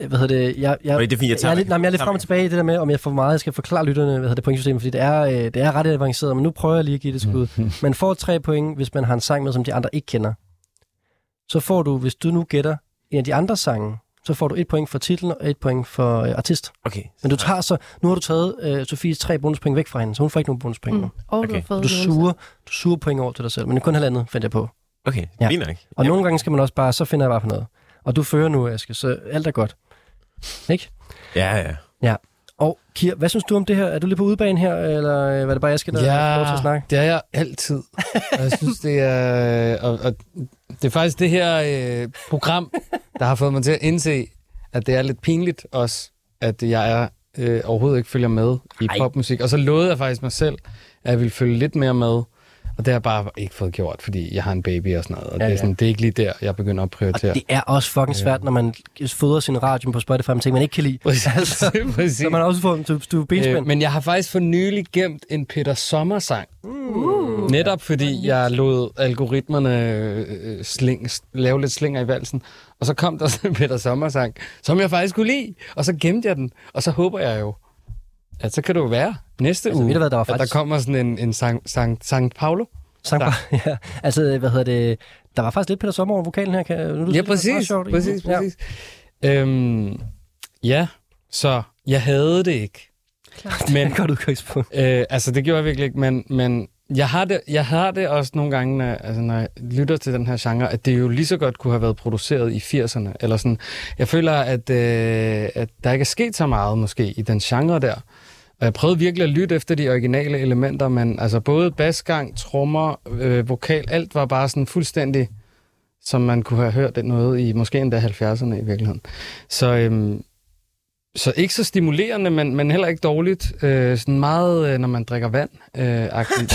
hvad hedder det, jeg er lidt frem og tilbage i det der med, om jeg for meget skal forklare lytterne, pointsystemet, fordi det er ret avanceret, men nu prøver jeg lige at give det skud. Man får 3 point, hvis man har en sang med, som de andre ikke kender. Så får du, hvis du nu gætter en af de andre sange, så får du 1 point for titlen og 1 point for artist. Okay. Men du tager så, nu har du taget Sofies 3 bonuspoint væk fra hende, så hun får ikke nogen bonuspoint nu. Okay. Du suger point over til dig selv, men det er kun halvandet, fandt jeg på. Okay, fint nok. Og nogle gange skal man også bare, så finder jeg bare på noget. Og du fører nu, Aske, så alt er godt. Ikke? Ja. Og Kir, hvad synes du om det her? Er du lige på udebane her, eller var det bare Aske, der får lov til at snakke? Det er jeg altid. Og jeg synes, det er... Og det er faktisk det her program, der har fået mig til at indse, at det er lidt pinligt også, at jeg overhovedet ikke følger med i popmusik. Og så lovede jeg faktisk mig selv, at jeg ville følge lidt mere med. Og det har jeg bare ikke fået gjort, fordi jeg har en baby og sådan noget. Og det er sådan, det er ikke lige der, jeg begynder at prioritere. Og det er også fucking svært, når man fodrer sin radio på Spotify med ting, man ikke kan lide. Præcis. Så man også får en benspænd. Men jeg har faktisk for nylig gemt en Peter Sommer-sang. Netop fordi jeg lod algoritmerne lave lidt slinger i valsen. Og så kom der sådan en Peter Sommer-sang, som jeg faktisk kunne lide. Og så gemte jeg den. Og så håber jeg jo, at så kan det jo være næste uge, at der kommer sådan en Sankt Paulo. Ja, altså, der var faktisk lidt Peter Sommer over vokalen her. Ja, præcis. Ja, så jeg havde det ikke. Klart. Men godt udgangspunkt. Altså, det gjorde jeg virkelig ikke, men jeg har det også nogle gange, når jeg lytter til den her genre, at det jo lige så godt kunne have været produceret i 80'erne. Eller sådan. Jeg føler, at der ikke er sket så meget måske i den genre der. Og jeg prøvede virkelig at lytte efter de originale elementer, men altså både basgang, trommer, vokal, alt var bare sådan fuldstændig, som man kunne have hørt noget i måske endda 70'erne i virkeligheden. Så ikke så stimulerende, men heller ikke dårligt. Sådan meget, når man drikker vand-agtigt.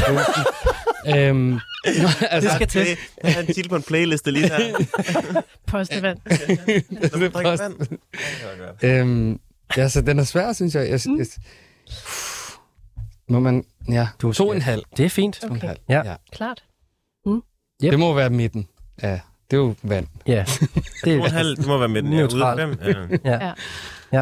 Det skal til. Jeg har en titel på en playliste lige her. Postevand. Ja, så den er svær, synes jeg. Må man... Ja, 2,5. Det er fint. Okay. Ja. Klart. Yep. Det må være midten. Ja, det er jo vand. Ja. Det må være midten. Neutralt. Ja.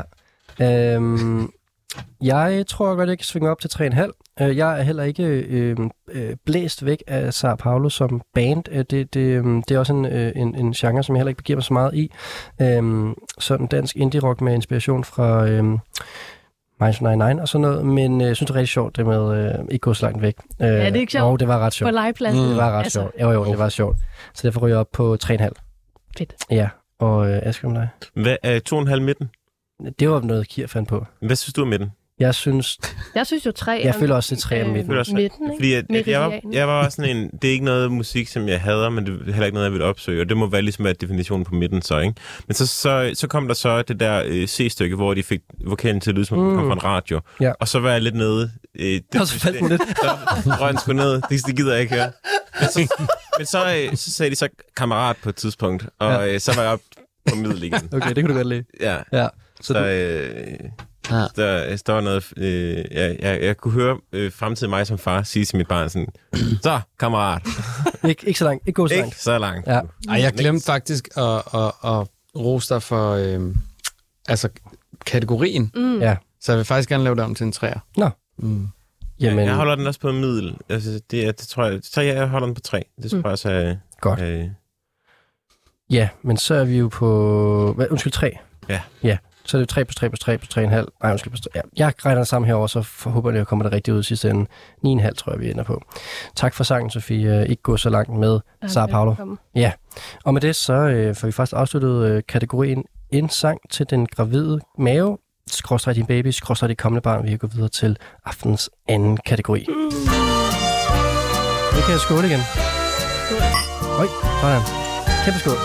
Jeg tror godt, jeg kan svinge op til 3,5. Jeg er heller ikke blæst væk af Sao Paulo som band. Det er også en genre, som jeg heller ikke begiver mig så meget i. Sådan dansk indie-rock med inspiration fra Minds 99 og sådan noget. Men jeg synes, det er rigtig sjovt, det med ikke gå så langt væk. Er det ikke sjovt? Det var ret sjovt. På legepladsen? Det var ret sjovt. Jo, det var sjovt. Så derfor ryger jeg op på 3,5. Fedt. Ja, og Asger, om dig? Hvad er 2,5 midten? Det var noget, Kir fandt på. Hvad synes du om midten? Jeg synes jo 3. Jeg føler også, det er 3 af midten. Fordi jeg var sådan en... Det er ikke noget musik, som jeg hader, men det er heller ikke noget, jeg vil opsøge. Og det må være ligesom være definitionen på midten så, ikke? Men så kom der så det der C-stykke, hvor de fik vokalen til at lyde, som kom fra en radio. Ja. Og så var jeg lidt nede. Og så faldt man lidt. Så røg den sgu ned. Det gider jeg ikke høre. Men så sagde de så kammerat på et tidspunkt. Og så var jeg op på middel igen. Okay, det kunne du godt lide. Ja. Så der står noget... Jeg kunne høre fremtidig mig som far sige til mit barn sådan... Så, kammerat. ikke så langt. Ikke gå så langt. Ikke så langt. Ja. Ej, jeg glemte faktisk at rose dig for kategorien. Ja. Så jeg vil faktisk gerne lave det om til en 3'er. Nå. Jamen... Jeg holder den også på middel. Altså, det tror jeg... Jeg holder den på 3. Det tror jeg også er... Godt. Ja, men så er vi jo på... Undskyld, 3. Ja. Så er det 3 plus 3 plus 3 plus 3,5. Nej, undskyld. Ja. Jeg regner det sammen herover, så håber jeg, at kommer det rigtigt ud i sidste ende. 9,5 tror jeg, vi ender på. Tak for sangen, Sofie. Ikke gå så langt med Sao Paulo. Ja. Og med det, så får vi først afsluttet kategorien en sang til den gravide mave, / din baby, / dit kommende barn. Vi kan gå videre til aftens anden kategori. Nu kan jeg skåle igen. Oj, sådan. Kæmpe skål.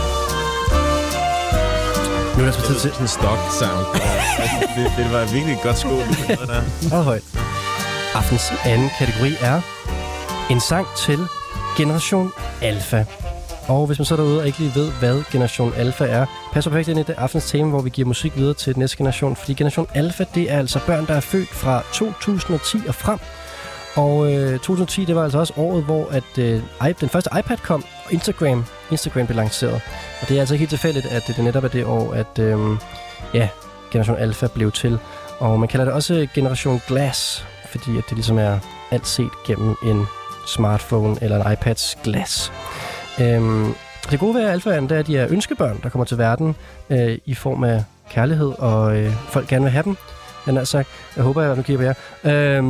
Nu er der så tid til en stock sound. det var virkelig et godt skål. Meget højt. Aftens anden kategori er en sang til Generation Alpha. Og hvis man så derude og ikke lige ved, hvad Generation Alpha er, passer perfekt ind i det aftens tema, hvor vi giver musik videre til næste generation. Fordi Generation Alpha, det er altså børn, der er født fra 2010 og frem. Og 2010, det var altså også året, hvor den første iPad kom, og Instagram blev lanceret. Og det er altså ikke helt tilfældigt, at det netop er det år, at Generation Alpha blev til. Og man kalder det også Generation Glass, fordi at det ligesom er alt set gennem en smartphone eller en iPads glas. Det gode ved alfaen, det er, at de er ønskebørn, der kommer til verden i form af kærlighed, og folk gerne vil have dem. Jeg håber, jeg nu kigger på jer.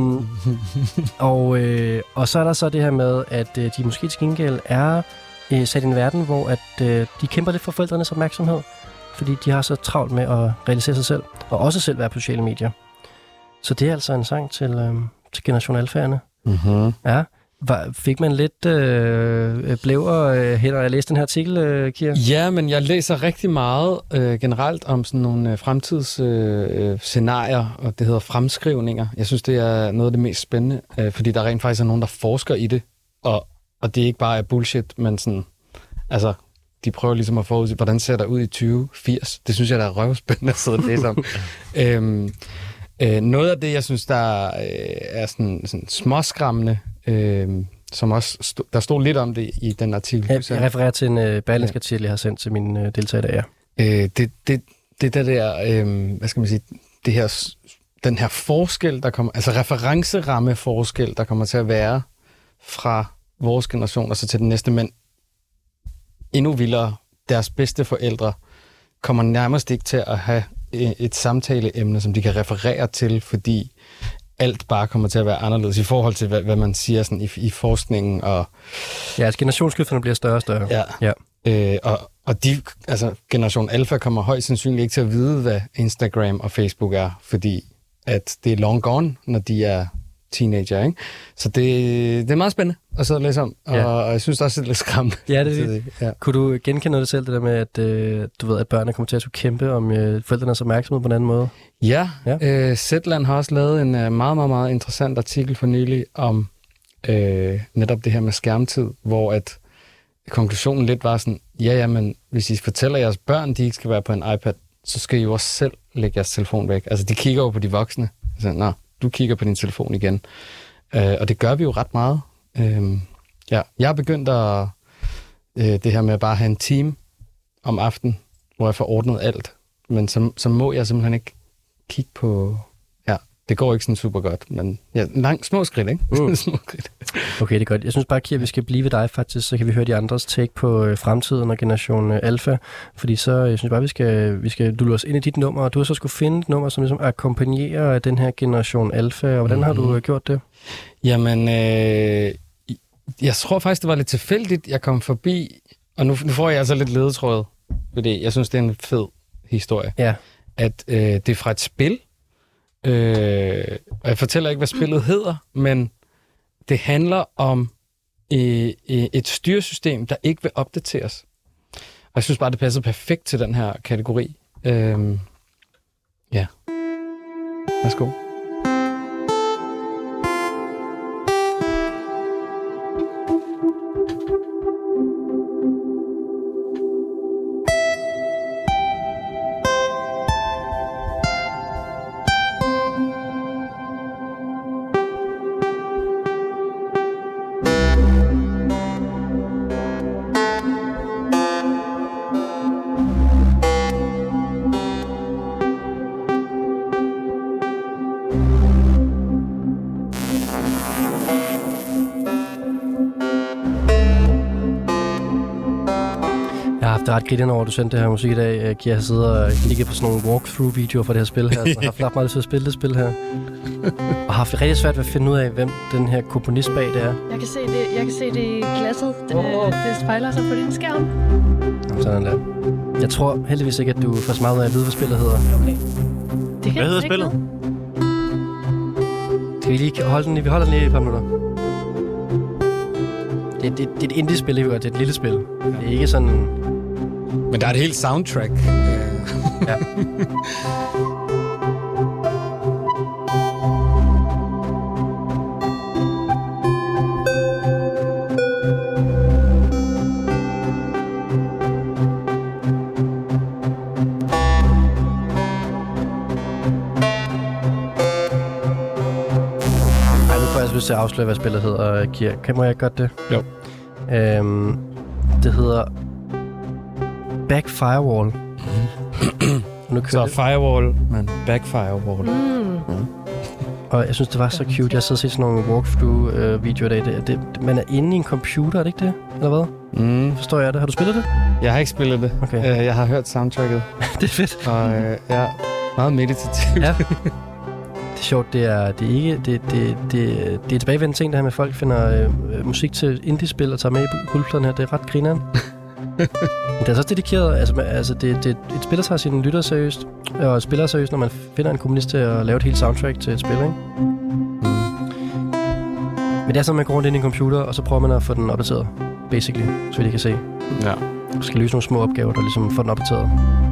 Og så er der så det her med, at de måske til gengæld er sat i en verden, hvor at, de kæmper lidt for forældrenes opmærksomhed, fordi de har så travlt med at realisere sig selv, og også selv være på sociale medier. Så det er altså en sang til Generation Alfaerne. Mm-hmm. Ja. Fik man lidt blæver hen, og jeg læste den her artikel, Kira? Ja, men jeg læser rigtig meget generelt om sådan nogle fremtidsscenarier, og det hedder fremskrivninger. Jeg synes, det er noget af det mest spændende, fordi der rent faktisk er nogen, der forsker i det, og det ikke bare er bullshit, men sådan, altså, de prøver ligesom at forudse, hvordan ser der ud i 2080. Det synes jeg, der er røvspændende at sidde og læse om. Noget af det, jeg synes, der er sådan småskræmmende, som også der stod lidt om det i den artikel. Jeg refererer til en Berlingske artikel, jeg har sendt til mine deltagere i dag. Det der, hvad skal man sige, det her, den her forskel, der kommer, altså referenceramme forskel, der kommer til at være fra vores generation og så til den næste, men endnu vildere, deres bedste forældre kommer nærmest ikke til at have et samtaleemne, som de kan referere til, fordi alt bare kommer til at være anderledes i forhold til, hvad man siger sådan i forskningen. Og ja, altså generationskløfterne bliver større og større. Ja. Og de, altså Generation Alpha kommer højst sandsynligt ikke til at vide, hvad Instagram og Facebook er, fordi at det er long gone, når de er teenager, ikke? Så det er meget spændende at sidde og læse om, og jeg synes også, det er lidt skræmmende. Ja, det er det. Ja. Kunne du genkende noget selv, det der med, at du ved, at børnene kommer til at skulle kæmpe om forældrenes opmærksomhed på en anden måde? Ja. Zetland har også lavet en meget, meget, meget interessant artikel for nylig om netop det her med skærmtid, hvor at konklusionen lidt var sådan, men hvis I fortæller jeres børn, de ikke skal være på en iPad, så skal I jo også selv lægge jeres telefon væk. Altså, de kigger jo på de voksne. Altså, du kigger på din telefon igen. Og det gør vi jo ret meget. Jeg har begyndt at det her med at bare have en time om aftenen, hvor jeg får ordnet alt. Men så må jeg simpelthen ikke kigge på... Ja, det går ikke sådan super godt, men små skridt, ikke? Små skridt. Okay, det er godt. Jeg synes bare, Kira, vi skal blive ved dig faktisk, så kan vi høre de andres take på fremtiden og Generation Alpha. Fordi så, jeg synes bare, vi skal lulle os ind i dit nummer, og du har så skulle finde et nummer, som ligesom akkompagnerer den her Generation Alpha. Og hvordan har du gjort det? Jamen, jeg tror faktisk, det var lidt tilfældigt, jeg kom forbi, og nu får jeg altså lidt ledetråd, fordi jeg synes, det er en fed historie. Ja. At det er fra et spil, og jeg fortæller ikke, hvad spillet hedder, men det handler om et styresystem, der ikke vil opdateres. Og jeg synes bare, det passer perfekt til den her kategori. Ja. Værsgo. Ret grinende over, at du sendte det her musik i dag. Kira har siddet og kigget på sådan nogle walkthrough-videoer fra det her spil her, så har haft meget lyst til at spille det spil her. Og har haft rigtig svært ved at finde ud af, hvem den her komponist bag det er. Jeg kan se det i glasset. Det spejler sig på din skærm. Sådan der. Jeg tror heldigvis ikke, at du får så meget ud af at vide, hvad spillet hedder. Okay. Hvad hedder spillet? Skal vi lige holde den? Vi holder den lige i et par minutter. Det er et indie-spil, det er et lille spil. Det er ikke sådan... Men der er et helt soundtrack. Ja. Lyst til at afsløre, hvad spillet hedder, Kira. Må jeg godt det? Jo. Det hedder Back Firewall. Så firewall, men back firewall. Og jeg synes, det var så cute. Jeg sidder og set sådan nogle walkthrough-videoer i dag. Man er inde i en computer, er det ikke det? Eller hvad? Forstår jeg det? Har du spillet det? Jeg har ikke spillet det. Okay. Jeg har hørt soundtracket. Det er fedt. Og meget meditativt. Ja. Det er sjovt, det er en tilbagevendende ting, det her med, at folk finder musik til indie-spil og tager med i guldpladen her. Det er ret grineren. Det er så dedikeret, altså det et spil, der tager sine lytter seriøst, og spiller seriøst, når man finder en kommunist til at lave et helt soundtrack til et spil, ikke? Men det er sådan, man går rundt ind i en computer, og så prøver man at få den opdateret, basically, så vi kan se. Ja. Du skal løse nogle små opgaver, der ligesom får den opdateret.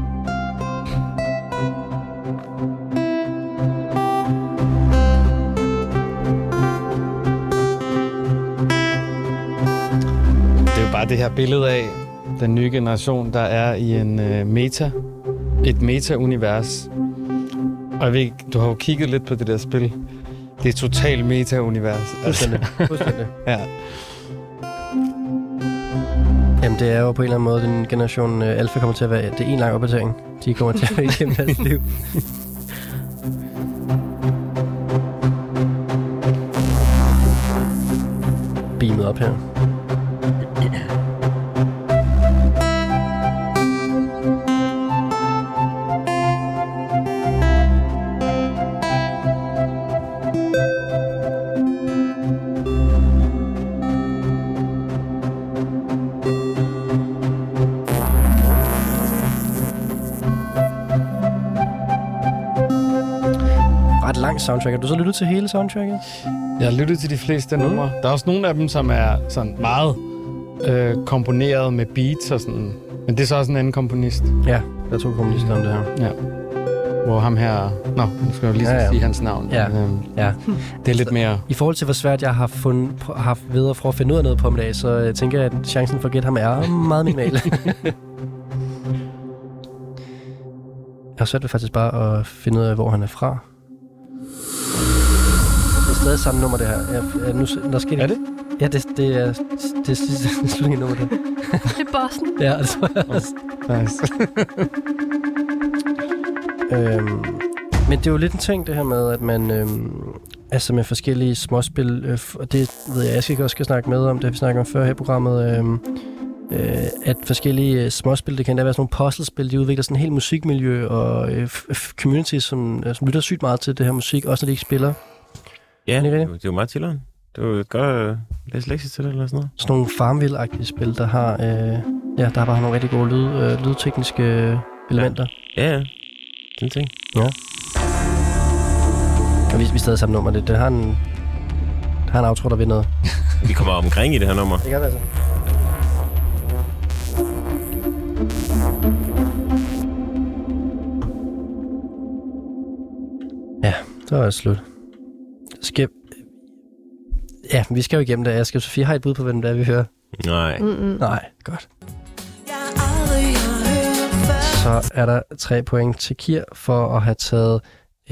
Det er jo bare det her billede af den nye generation, der er i et meta-univers. Og jeg ved ikke, du har jo kigget lidt på det der spil. Det er totalt meta-univers. Fuldstændig. Ja. Jamen, det er jo på en eller anden måde, den generation Alpha kommer til at være, det er en lang opdatering. De kommer til at være igennem deres liv. Beamet op her. Soundtrack. Har du så lyttet til hele soundtracket? Jeg har lyttet til de fleste numre. Der er også nogle af dem, som er sådan meget komponeret med beats og sådan. Men det er så også en anden komponist. Ja, der er 2 komponister om det her. Ja. Hvor ham her... Nå, nu skal jeg lige sige hans navn. Ja. Ja. Det er lidt mere... I forhold til, hvor svært jeg har haft ved at prøve at finde ud af noget på om dag, så tænker jeg, at chancen for at gætte ham er meget minimal. Jeg har svært ved faktisk bare at finde ud af, hvor han er fra. Det er stadig samme nummer, det her. Der sker det. Er det? Ja, det er slutningen nummer, det. Det er bossen. Ja, det tror jeg også. Nice. Men det er jo lidt en ting, det her med, at man... altså med forskellige småspil... det ved jeg også skal snakke med om, det har vi snakket om før her i programmet. At forskellige småspil, det kan da være sådan nogle puzzlespil, de udvikler sådan en helt musikmiljø og community, som lytter sygt meget til det her musik, også når de ikke spiller. Ja, det er jo meget chilleren. Det er jo godt læse lektier til det, eller sådan noget. Sådan nogle Farmville-agtige spil, der har, der bare nogle rigtig gode lydtekniske elementer. Ja. Den ting. Ja. Og vi er stadig samme nummer. Det har en outro, der ved noget. Vi kommer omkring i det her nummer. Det kan være så. Ja, så er det slut. Vi skal jo igennem det. Sofie, har I et bud på, hvem det er, vi hører? Nej. Nej, godt. Så er der 3 point til Kir for at have taget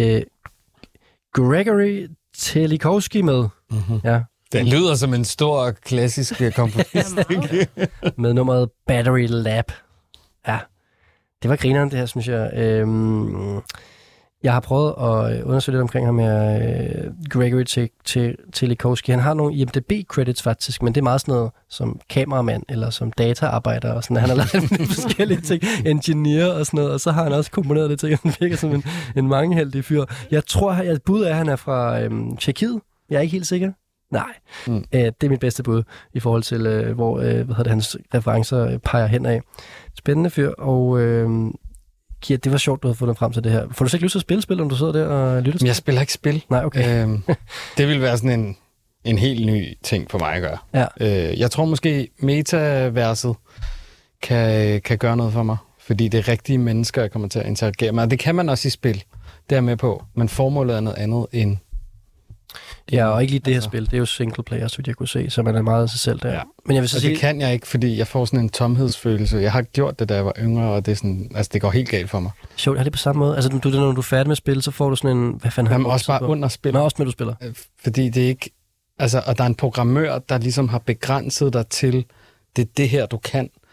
Gregory Telikowski med. Mm-hmm. Ja. Det lyder som en stor, klassisk komponist. Med nummeret Battery Lab. Ja, det var grineren, det her, synes jeg. Jeg har prøvet at undersøge lidt omkring ham her, Gregory Telikowski. Han har nogle IMDb-credits faktisk, men det er meget sådan noget som kameramand eller som dataarbejder og sådan. Han har lavet forskellige ting, engineer og sådan noget, og så har han også komponeret det til, han virker som en mangeheldig fyr. Jeg tror, jeg bud er, at han er fra Tjekkiet. Jeg er ikke helt sikker. Nej, det er mit bedste bud i forhold til, hvor hans referencer peger hen af. Spændende fyr, og Kir, det var sjovt, du havde fundet frem til det her. Får du så ikke lyst til at spille spil, om du sidder der og lytter? Jeg spiller ikke spil. Nej, okay. Det vil være sådan en helt ny ting for mig at gøre. Ja. Jeg tror måske, metaverset kan gøre noget for mig, fordi det er rigtige mennesker, jeg kommer til at interagere med. Og det kan man også i spil, det er med på, men formålet er noget andet end... Ja, og ikke lige det her spil. Det er jo single player, så jeg kunne se, så man er meget af sig selv der. Ja. Men jeg vil så sige... det kan jeg ikke, fordi jeg får sådan en tomhedsfølelse. Jeg har gjort det, da jeg var yngre, og det er sådan, altså det går helt galt for mig. Sjovt, jeg har det på samme måde. Altså når du er færdig med at spille, så får du sådan en... Hvad fanden har du også bare under spil. Nå, også med du spiller. Fordi det er ikke... Altså, og der er en programmør, der ligesom har begrænset dig til, det er det her, du kan.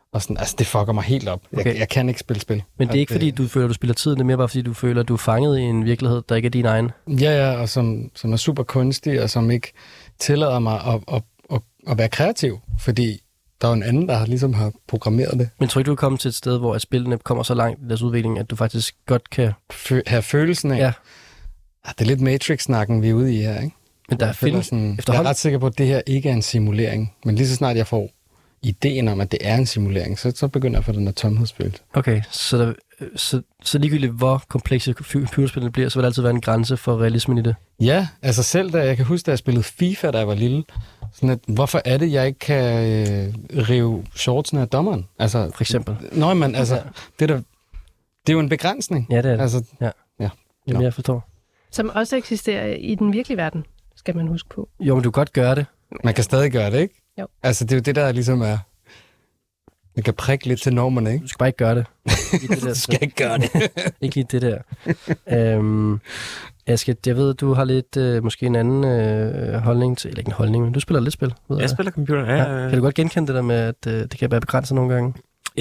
Og sådan, altså, det fucker mig helt op. Okay. Jeg kan ikke spille spil. Men det er ikke, fordi du føler, du spiller tiden, det er mere bare, fordi du føler, at du er fanget i en virkelighed, der ikke er din egen? Ja, og som er super kunstig, og som ikke tillader mig at være kreativ, fordi der er en anden, der ligesom har programmeret det. Men tror ikke, du er kommet til et sted, hvor spillene kommer så langt i deres udvikling, at du faktisk godt kan... have følelsen af... Ja. Det er lidt Matrix-snakken, vi er ude i her, ikke? Men der findes... Jeg er ret sikker på, at det her ikke er en simulering. Men lige så snart jeg får ideen om, at det er en simulering, så begynder jeg at få den her tomhedsfølelse. Okay, så ligegyldigt hvor komplekse computerspillene bliver, så vil der altid være en grænse for realismen i det? Ja, altså selv da jeg kan huske, da jeg spillede FIFA, da jeg var lille, sådan at, hvorfor er det, jeg ikke kan rive shortsene af dommeren? Altså, for eksempel? Nå, men altså, ja. det er jo en begrænsning. Ja, det er det. Altså, ja. Jamen, jeg forstår. Som også eksisterer i den virkelige verden, skal man huske på. Jo, men du kan godt gøre det. Man kan stadig gøre det, ikke? Jo. Altså, det er jo det, der ligesom er... Man kan prikke lidt til normerne, ikke? Du skal bare ikke gøre det. Du skal ikke gøre det. Ikke lige det der. Jeg ved, du har lidt måske en anden holdning til... Eller ikke en holdning, men du spiller lidt spil. Jeg spiller computer, ja. Kan du godt genkende det der med, at det kan være begrænset nogle gange?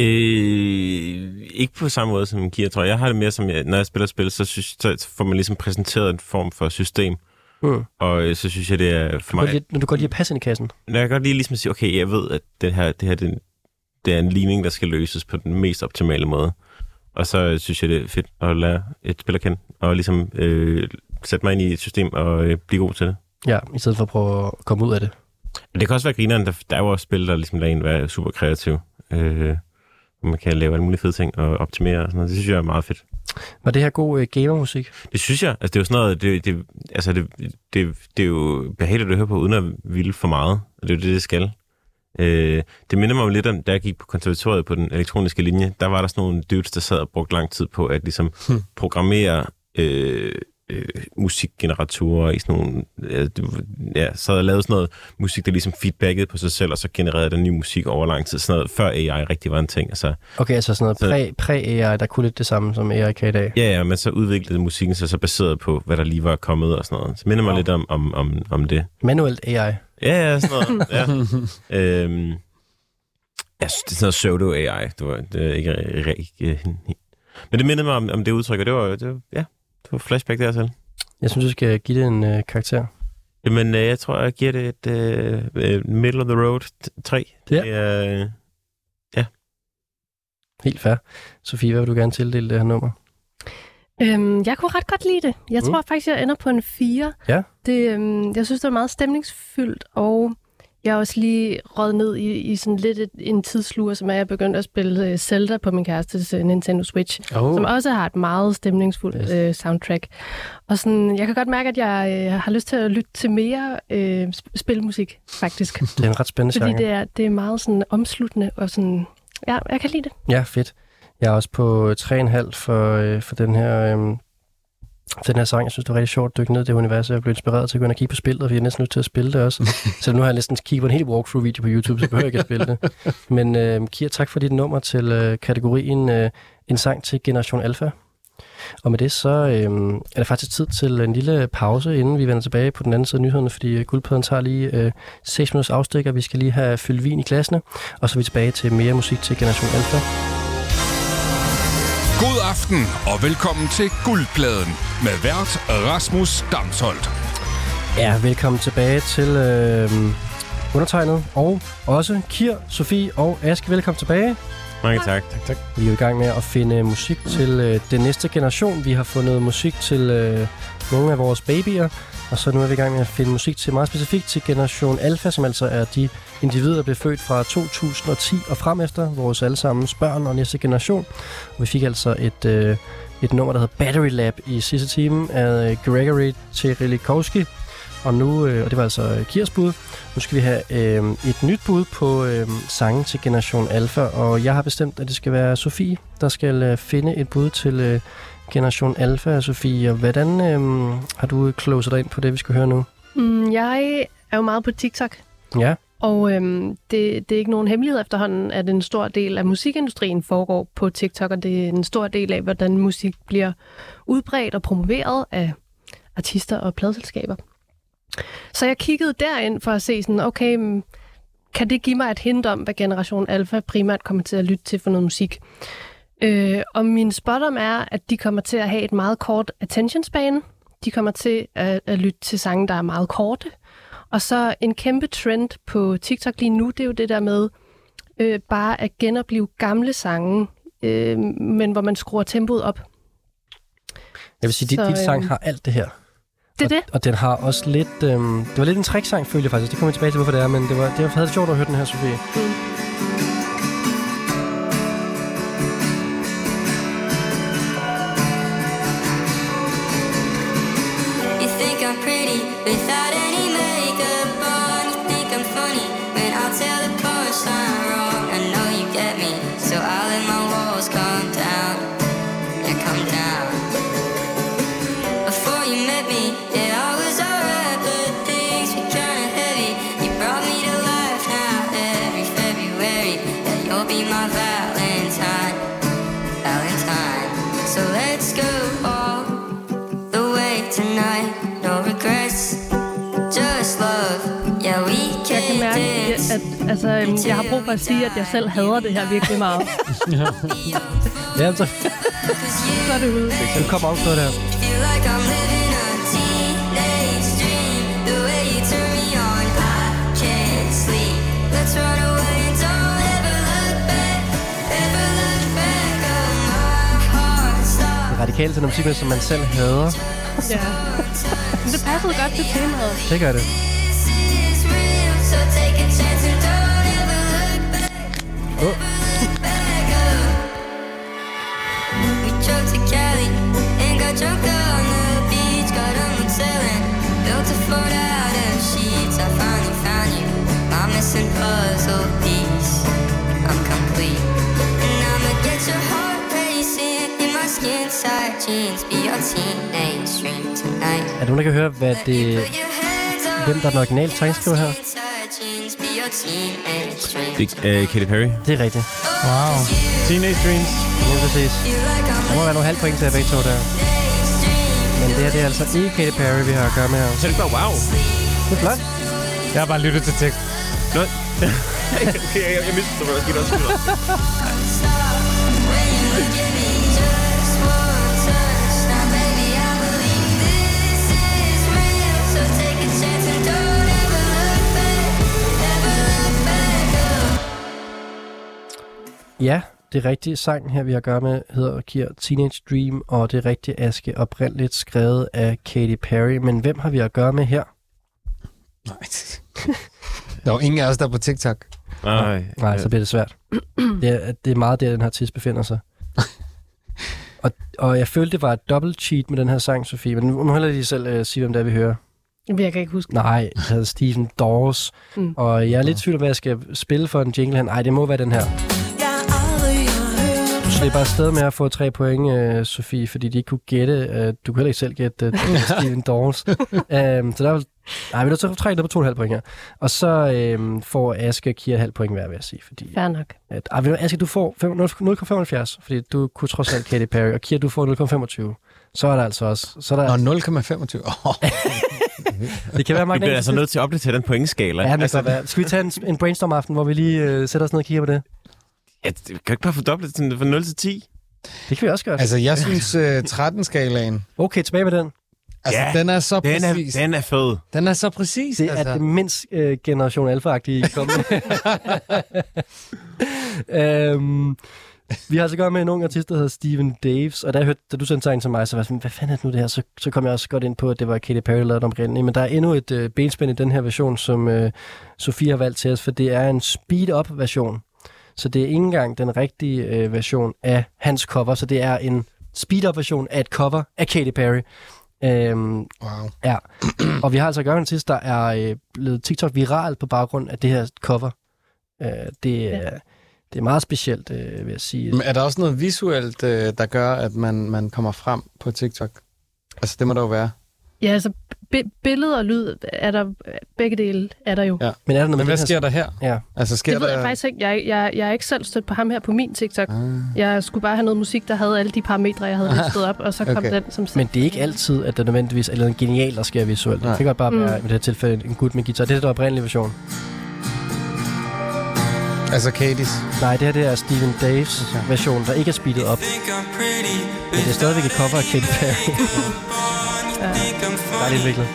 Ikke på samme måde som Kia, tror jeg. Jeg har det mere som, når jeg spiller spil, så får man ligesom præsenteret en form for system. Og så synes jeg, det er for mig... Når du godt lide at passe ind i kassen? Når jeg godt lige ligesom at sige, okay, jeg ved, at det her det er en ligning, der skal løses på den mest optimale måde. Og så synes jeg, det er fedt at lære et spil at kende, og ligesom sætte mig ind i et system og blive god til det. Ja, i stedet for at prøve at komme ud af det. Det kan også være grineren, der er jo også spil, der ligesom lader en være super kreativ. Man kan lave alle mulige fede ting og optimere og sådan noget. Det synes jeg er meget fedt. Var det her god gamermusik? Det synes jeg. Altså, det er jo sådan noget, det er jo behageligt at høre på, uden at ville for meget. Og det er jo det skal. Det minder mig jo lidt om, da jeg gik på konservatoriet på den elektroniske linje, der var der sådan nogle dudes, der sad og brugte lang tid på at ligesom programmere musikgeneratorer i sådan nogle... sad og lavede sådan noget musik, der ligesom feedbackede på sig selv, og så genererede den ny musik over lang tid. Sådan noget, før AI rigtig var en ting. Altså, okay, altså sådan noget præ-AI, der kunne lidt det samme som AI kan i dag. Ja, men så udviklede musikken sig så baseret på, hvad der lige var kommet og sådan noget. Så minder mig lidt om det. Manuelt AI. Ja, sådan noget. Ja. Jeg synes, det er sådan noget pseudo-AI. Det er ikke... Men det mindede mig om det udtryk, og det var flashback der selv. Jeg synes, du skal give det en karakter. Jamen, jeg tror, jeg giver det et middle of the road 3. Ja. Ja. Helt fair. Sofie, hvad vil du gerne tildele det her nummer? Jeg kunne ret godt lide det. Jeg tror faktisk, jeg ender på en 4. Ja. Jeg synes, det var meget stemningsfyldt, og jeg har også lige røget ned i sådan lidt en tidsluer, som er, jeg begyndt at spille Zelda på min kærestes Nintendo Switch, som også har et meget stemningsfuldt soundtrack. Og sådan, jeg kan godt mærke, at jeg har lyst til at lytte til mere spilmusik, faktisk. Det er en ret spændende genre. Fordi det er meget sådan omsluttende, og sådan, ja, jeg kan lide det. Ja, fedt. Jeg er også på 3,5 for den her sang. Jeg synes, det var rigtig sjovt at dykke ned i det univers. Jeg blev inspireret til at gå ind og kigge på spillet, fordi jeg er næsten nødt til at spille det også. Så nu har jeg næsten kigget på en hel walkthrough-video på YouTube, så behøver jeg ikke at spille det. Men Kia, tak for dit nummer til kategorien En sang til Generation Alpha. Og med det så er det faktisk tid til en lille pause, inden vi vender tilbage på den anden side af nyhederne, fordi Guldpladen tager lige 6 minutters afstik, og vi skal lige have fyldt vin i glasene, og så er vi tilbage til mere musik til Generation Alpha. God aften og velkommen til Guldpladen med vært Rasmus Damsholdt. Ja, velkommen tilbage til undertegnet og også Kir, Sofie og Aske. Velkommen tilbage. Mange tak. Tak. Vi er i gang med at finde musik til den næste generation. Vi har fundet musik til nogle af vores babyer, og så nu er vi i gang med at finde musik til meget specifikt til Generation Alpha, som altså er de individer, der blev født fra 2010 og frem efter, vores allesammens børn og næste generation. Og vi fik altså et nummer, der hedder Battery Lab i sidste time af Gregory Terilikowski. Og nu, og det var altså Kirs bud, nu skal vi have et nyt bud på sangen til Generation Alpha, og jeg har bestemt, at det skal være Sofie, der skal finde et bud til Generation Alpha. Sofie, hvordan har du closet dig ind på det, vi skal høre nu? Jeg er jo meget på TikTok. Ja. Og det er ikke nogen hemmelighed efterhånden, at en stor del af musikindustrien foregår på TikTok, og det er en stor del af, hvordan musik bliver udbredt og promoveret af artister og pladeselskaber. Så jeg kiggede derind for at se sådan, okay, kan det give mig et hint om, hvad Generation Alpha primært kommer til at lytte til for noget musik. Og min spot-om er, at de kommer til at have et meget kort attention span. De kommer til at lytte til sange, der er meget korte. Og så en kæmpe trend på TikTok lige nu, det er jo det der med bare at genopleve gamle sange, men hvor man skruer tempoet op. Jeg vil sige, at dit sang har alt det her. Det er det. Og den har også lidt... det var lidt en tricksang, følte jeg faktisk. Det kommer vi tilbage til, hvorfor det er, men det havde det sjovt at høre den her, Sofie. You think I'm pretty without any makeup on. You think I'm funny when I'll tell the punchline wrong. I know you get me, so I'll let my walls come down. Yeah, come down. Before you met me, yeah, I was alright, but things were kinda heavy. You brought me to life now every February. Yeah, you'll be my Valentine. So let's go all the way tonight. No regrets, just love. Yeah, we can. Jeg kan mærke, at jeg har brug for at sige, at jeg selv hader det her virkelig meget. Ja, så er det ude. Det kommer også noget der. Feel like I'm living a teenage dream. The way you turn me on, I can't sleep. Let's run away and don't ever look back. Ever look back. Oh, my heart stops. Radikalt til noget musik, som man selv hader. Ja. Men det passede godt til temaet. Det gør det. This is real, so take a chance and don't ever look back. Oh. We drove to Cali and got drunk on the beach. Got a motel and built a fort out of sheets. I finally found you, my missing puzzle piece. I'm complete, and I'ma get your heart racing in my skin tight jeans. Be your teenage dream tonight. Er du nogen, der kan høre, hvem der er den originale tegnskriver her? Det er Katy Perry. Det er rigtigt. Wow. Teenage Dreams. Ja, præcis. Der må være nogle halvpoint til at begge to der. Men det her, det er altså ikke Katy Perry, vi har at gøre med her. Så er det bare wow. Det er flot. Jeg har bare lyttet til tekst. Nå. Okay, jeg mistede det måske også. Ja, det rigtige sang her, vi har at gøre med, hedder Kier Teenage Dream, og det rigtige Aske oprindeligt skrevet af Katy Perry. Men hvem har vi at gøre med her? Nej. Der er jo ingen af os, der er på TikTok. Nej, så bliver det svært. Det er meget der, den her tids befinder sig. og jeg følte, det var et double cheat med den her sang, Sofie. Men nu må heller lige selv sige, hvem det er, vi hører. Jeg kan ikke huske. Nej, det hedder Stephen Dawes. Og jeg er lidt tvivl om, hvad jeg skal spille for en jingle her. Nej, det må være den her. Du slipper afsted med at få 3 point, Sofie, fordi de ikke kunne gætte. Du kunne heller ikke selv gætte Stephen Dawes. Så der var... Nej, vi er så 3 på 2,5 point her. Og så får Aske og Kier ½ point hver, vil jeg sige. Fordi, fair nok. Aske, du får 0,75, fordi du kunne trods alt Katy Perry. Og Kier, du får 0,25. Så er der altså også... Så er der... 0,25. Det kan være magnet. Vi bliver altså nødt til at opdatere den pointskala. Ja, men skal vi tage en brainstorm-aften, hvor vi lige sætter os ned og kigger på det? Ja, vi kan ikke bare fordoble det fra 0 til 10. Det kan vi også gøre. Altså, jeg synes 13-skalaen... Okay, tilbage med den. Altså, ja, den er så præcis. Den er fed. Den er så præcis. Det er det mindst Generation Alpha-agtige kommet. Vi har altså gået med en ung artist, der hedder Steven Daves, og da du sendte sangen til mig, så var jeg sådan, hvad fanden er det nu det her? Så kom jeg også godt ind på, at det var Katy Perry, der lavede oprindeligt. Men der er endnu et benspænd i den her version, som Sofie har valgt til os, for det er en speed-up-version. Så det er ikke engang den rigtige version af hans cover, så det er en speed-up-version af et cover af Katy Perry. Wow. Ja. Og vi har altså gjort en artist, der er blevet TikTok viral på baggrund af det her cover. Det er meget specielt, vil jeg sige. Men er der også noget visuelt, der gør, at man kommer frem på TikTok? Altså, det må der jo være. Ja, altså billede og lyd er der, begge dele er der jo. Ja. Men er der noget hvad sker der her? Ja. Altså, sker det ved jeg faktisk ikke. Jeg er ikke selv stødt på ham her på min TikTok. Jeg skulle bare have noget musik, der havde alle de parametre, jeg havde listet op, og så kom den som sagt. Men det er ikke altid, at der nødvendigvis er en genial, der sker visuelt. Det kan godt bare være, i det her tilfælde, en gut med guitar. Det er den oprindelige version. Altså Katie's? Nej, det her det er Steven Daves version, der ikke er speedet op. Men det er stadigvæk et cover af Katy Perry. Der er lidt viklet.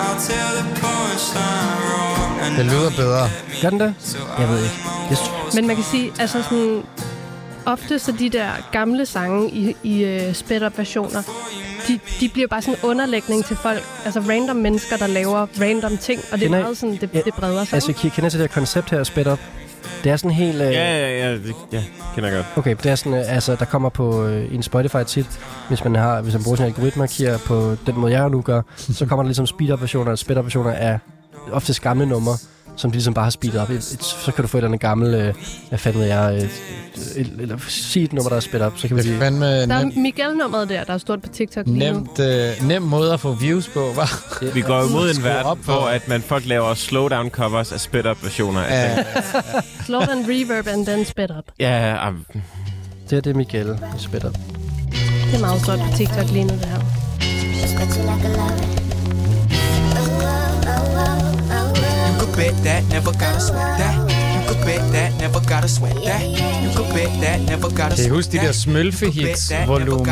Det lyder bedre. Gør den det? Jeg ved ikke. Men man kan sige, altså sådan... Ofte så de der gamle sange i sped-up-versioner, de bliver bare sådan en underlægning til folk, altså random mennesker, der laver random ting, og det er meget sådan, det breder sig. Altså, kender til det her koncept her, sped-up? Det er sådan helt... Ja, kender jeg godt. Okay, det er sådan, altså, der kommer på en Spotify tit, hvis man bruger sin algoritmarkier på den måde, jeg nu gør, så kommer der ligesom speed-up-versioner og sped-up-versioner af oftest gamle numre, som de ligesom bare har speedet op. Så kan du få et eller andet gammel, hvad fanden ved jeg, eller sige et nummer, der er speedet op, så kan vi lige... Der er Miguel-nummeret der er stort på TikTok lige nu. Nem måde at få views på, hva'? Vi går imod en verden, hvor at folk laver slowdown covers af sped-up versioner. Slowdown reverb and then sped-up. Ja, det er Miguel i sped-up. Det er meget stort på TikTok lige nu, det her. Bet that, never gotta sweat that. You could bet that, never gotta sweat that. You could bet that, never gotta sweat that. Kan I huske de der Smølfe-hits volume?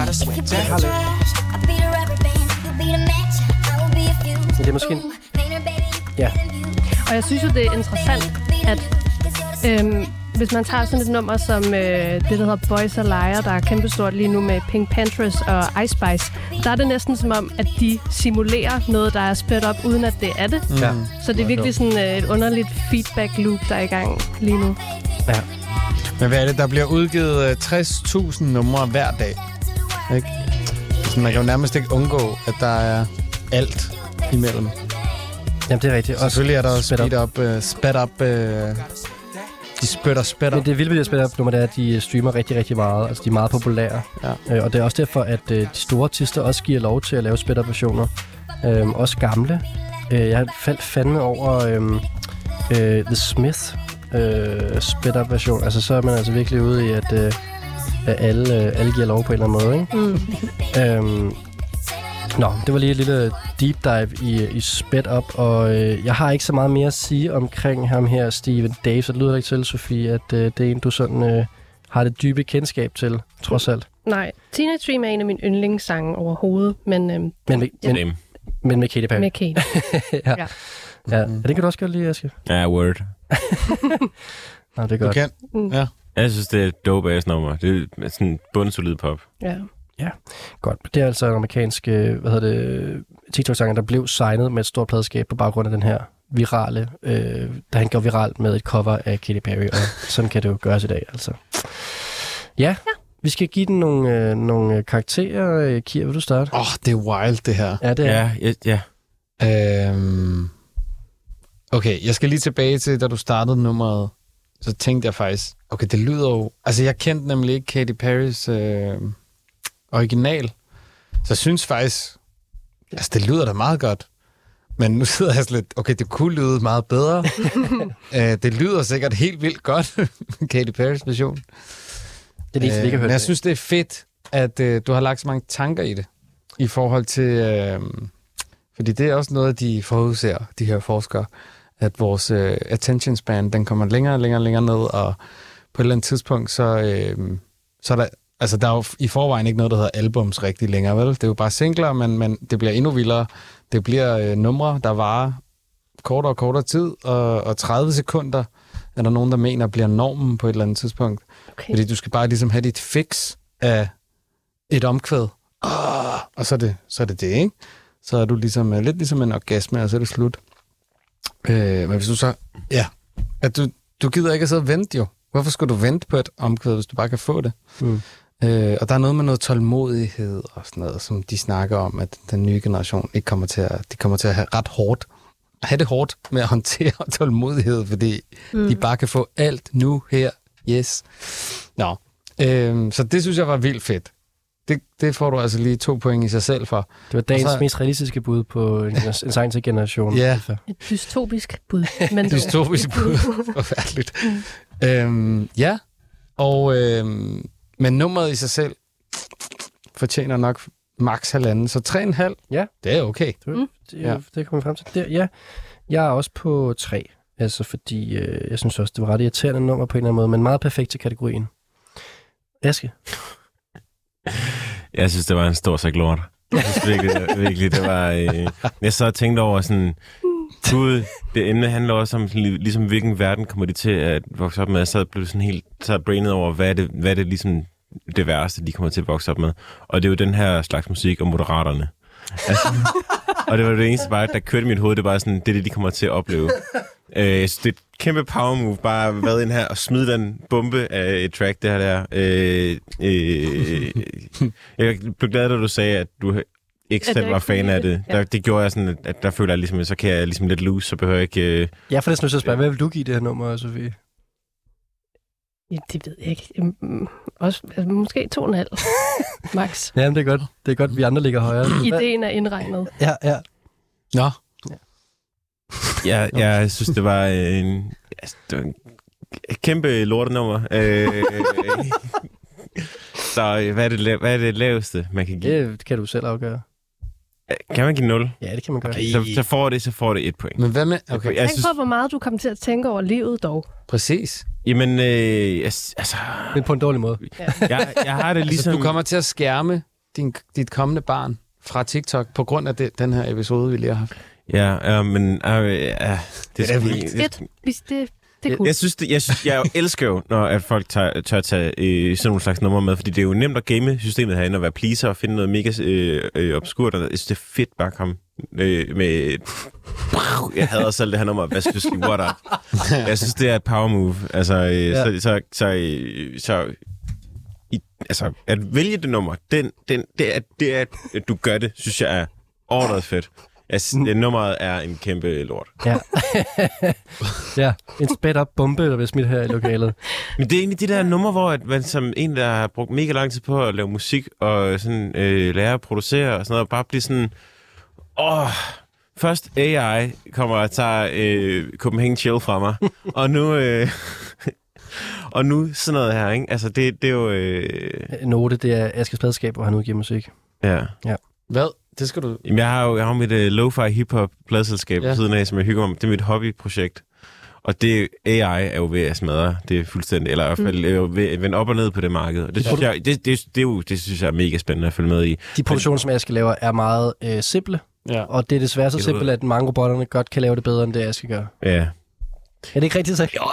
Det er måske... Ja. Og jeg synes jo, det er interessant, at hvis man tager sådan et nummer som det, der hedder Boys Are Liar, der er kæmpestort lige nu med Pink Panthers og Ice Spice, der er det næsten som om, at de simulerer noget, der er sped up, uden at det er det. Ja. Så det er virkelig sådan et underligt feedback loop, der er i gang lige nu. Ja. Men hvad er det? Der bliver udgivet 60.000 numre hver dag. Ikke? Så man kan jo nærmest ikke undgå, at der er alt imellem. Jamen, det er rigtigt. Selvfølgelig er der også sped up. De spytter. Men det vilde ved de sped-up-nummer, det er, at de streamer rigtig, rigtig meget. Altså, de er meget populære. Ja. Og det er også derfor, at de store artister også giver lov til at lave sped-up-versioner. Også gamle. Jeg faldt fandme over The Smith sped-up-version. Altså, så er man altså virkelig ude i, at alle giver lov på en eller anden måde, ikke? Nå, det var lige et lille deep dive i sped-up, og jeg har ikke så meget mere at sige omkring ham her, Steven Daves. Så det lyder ikke til, Sofie, at det er en, du sådan har det dybe kendskab til, trods alt. Nej, Teenage Dream er en af mine yndlingssange overhovedet, men med Katy Perry. Med Katy. Ja. Det kan du også godt lide, Aske. Ja, word. Nå, det er godt. Du kan? Ja. Jeg synes, det er et dope-ass nummer. Det er sådan en bundsolid pop. Ja, godt. Det er altså en amerikansk TikTok-sanger, der blev signet med et stort pladeskab på baggrund af den her virale, da han går viralt med et cover af Katy Perry, og sådan kan det jo gøres i dag, altså. Ja. Vi skal give den nogle karakterer. Kira, vil du starte? Det er wild, det her. Ja, det er. Ja. Okay, jeg skal lige tilbage til, da du startede nummeret, så tænkte jeg faktisk, okay, det lyder jo... Altså, jeg kendte nemlig ikke Katy Perrys original, så jeg synes faktisk, altså, det lyder da meget godt. Men nu sidder jeg lidt, okay, det kunne lyde meget bedre. Det lyder sikkert helt vildt godt, Katy Perrys version. Det er det, ikke hørt. Men jeg synes, det er fedt, at du har lagt så mange tanker i det, i forhold til... fordi det er også noget, de forudser, de her forskere, at vores attention span, den kommer længere ned, og på et eller andet tidspunkt, så er der... Altså, der er jo i forvejen ikke noget, der hedder albums rigtig længere, vel? Det er jo bare singler, men det bliver endnu vildere. Det bliver numre, der varer kortere og kortere tid, og 30 sekunder er der nogen, der mener, bliver normen på et eller andet tidspunkt. Okay. Fordi du skal bare ligesom have dit fix af et omkvæd. Og så er det, ikke? Så er du ligesom, lidt ligesom en orgasme, og så er det slut. Men hvis du så... Ja, at du gider ikke at sidde og vente, jo. Hvorfor skulle du vente på et omkvæd, hvis du bare kan få det? Og der er noget med noget tålmodighed og sådan noget, som de snakker om, at den nye generation ikke kommer til at have det hårdt med at håndtere tålmodighed, fordi de bare kan få alt nu her. Yes. Nå. Så det synes jeg var vildt fedt. Det får du altså lige 2 point i sig selv for. Det var dagens mest realistiske bud på en sang til generation. Ja. Et dystopisk bud. Dystopisk bud. Forfærdeligt. Ja. Og... Men nummeret i sig selv fortjener nok max 1,5, så 3,5. Ja. Det er okay. Det kommer vi frem til. Ja. Jeg er også på 3. Altså, fordi jeg synes også, det var ret irriterende nummer på en eller anden måde, men meget perfekt til kategorien. Aske? Jeg synes, det var en stor sæk lort. Jeg synes virkelig, det var... jeg så tænkte over sådan... Gud, det emne handler også om, ligesom hvilken verden kommer de til at vokse op med. Så blev sådan helt brainet over, hvad er det ligesom det værste, de kommer til at vokse op med. Og det er jo den her slags musik om Moderaterne. Altså, og det var det eneste bare, der kørte i mit hoved, det var sådan, det er det, de kommer til at opleve. Det er et kæmpe power move, bare været ind her og smide den bombe af et track, det her der. Jeg blev glad, da du sagde, at du ikke selv var fan af det. Ja. Det gjorde jeg sådan, at der føler jeg ligesom, så kan jeg ligesom lidt loose, så behøver jeg ikke... Ja, for det er sådan, at spørge, hvad vil du give det her nummer, Sofie? Det ved jeg ikke. Også, altså, måske 2,5 max. Jamen, det er godt. Det er godt, vi andre ligger højere. Ideen er indregnet. Ja. Nå. Ja, jeg synes, det var en kæmpe lortenummer. Så hvad er det laveste, man kan give? Det kan du selv afgøre. Kan man give 0? Ja, det kan man gøre. Okay. Så får det 1 point. Men hvad med... Okay. Tænk på, hvor meget du kommer til at tænke over livet dog. Præcis. Jamen, altså... Men på en dårlig måde. Ja. Jeg har det ligesom... Altså, du kommer til at skærme dit kommende barn fra TikTok på grund af den her episode, vi lige har haft. Ja, men... det er vildt. Det er cool. Jeg elsker jo, når at folk tør tage sådan nogle slags numre med, fordi det er jo nemt at game systemet herinde, og være pleaser og finde noget mega obskurt. Jeg synes, det er fedt bare at komme med... Jeg hader selv det her nummer, hvad synes du, what up? Jeg synes, det er et power move. Altså, altså at vælge det nummer, det er, at du gør det, synes jeg er overdrevet fedt. Nummeret er en kæmpe lort. Ja. Ja, en spæt-up bombe, der bliver smidt her i lokalet. Men det er egentlig de der numre, hvor man som en, der har brugt mega lang tid på at lave musik og sådan lære at producere og sådan noget, bare blive sådan... Først AI kommer og tager Copenhagen Chill fra mig, og nu sådan noget her, ikke? Altså, det er jo... Note, det er Aske Spadskab, hvor han udgiver musik. Ja. Hvad? Det skal du... Jamen, jeg har mit lo-fi hip-hop pladselskab på siden af, som jeg hygger mig om. Det er mit hobbyprojekt. Og det AI er jo ved at smadre det fuldstændig, eller i hvert fald ved at vende op og ned på det marked. Og det synes jeg, det synes jeg er mega spændende at følge med i. De produktioner, som Aske laver, er meget simple. Ja. Og det er desværre så simpelt, at mange robotterne godt kan lave det bedre, end det Aske gør. Ja. Er det ikke rigtigt sagt?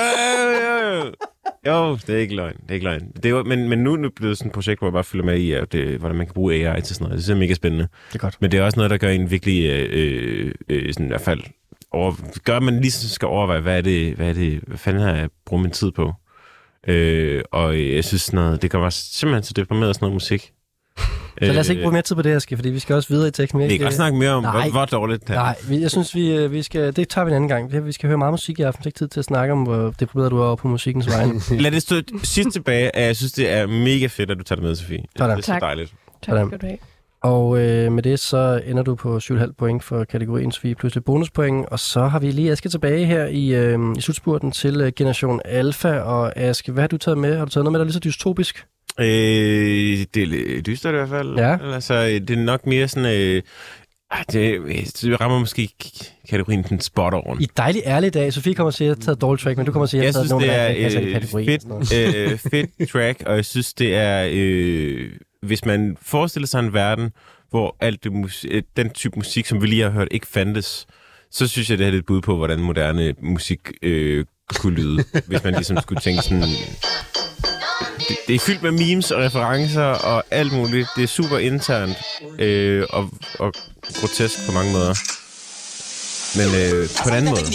Jo, det er ikke løgn. Det er jo, men nu er det blevet sådan et projekt, hvor jeg bare følger med i, hvordan man kan bruge AI til sådan noget. Det er mega spændende. Det er godt. Men det er også noget, der gør en virkelig, sådan i hvert fald, gør, at man lige skal overveje, hvad fanden har jeg brugt min tid på. Og jeg synes sådan noget, det gør mig simpelthen så deprimeret af sådan noget musik. Så lad os ikke bruge mere tid på det her, fordi vi skal også videre i teksten. Vi kan også snakke mere om, hvor dårligt det er. Nej, jeg synes, vi skal... Det tager vi en anden gang. Vi skal høre meget musik i aften. Det er ikke tid til at snakke om, hvor deprimeret du er på musikkens vegne. Lad det stå sidst tilbage, at jeg synes, det er mega fedt, at du tager det med, Sofie. Det er så dejligt. Tak skal du have. Og med det, så ender du på 7,5 point for kategorien Sofie, plus lidt bonuspoint. Og så har vi lige Aske tilbage her i slutspurten til Generation Alpha. Og Aske, hvad har du taget med? Har du taget noget med, der er lige så dystopisk? Det er dystert i hvert fald. Ja. Altså, det er nok mere sådan... det rammer måske kategorien den spot on. I dejlig ærlig dag. Sofie kommer og siger, at jeg har taget dårlig track, men du kommer og siger, at jeg har taget nogle af det er fedt track, og jeg synes, det er... hvis man forestiller sig en verden, hvor alt den type musik, som vi lige har hørt, ikke fandtes, så synes jeg, det er et bud på, hvordan moderne musik kunne lyde. Hvis man ligesom skulle tænke sådan... Det er fyldt med memes og referencer og alt muligt. Det er super internt og grotesk på mange måder. Men på en anden måde.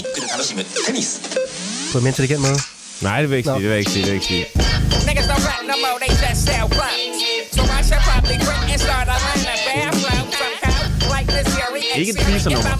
På en intelligent måde? Nej, det vil jeg ikke sige. Ikke et teaser-nummer.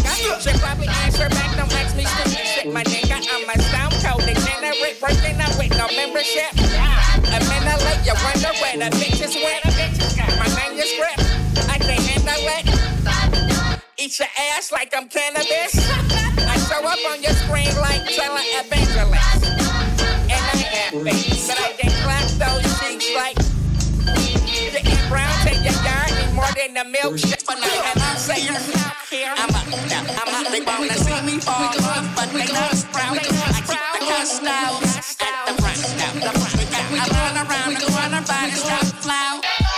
You wonder where the bitches went. My manuscript, I can't handle it. Eat your ass like I'm cannabis. I show up on your screen like tele-evangelist. And I have faith, but I can clap those cheeks like getting brown to your yard and more than a milkshake. And I say, I'm a big wanna see me fall off, but they not proud. I keep the cuss loud. At the front, down the front. I run around the corner by the stop flow.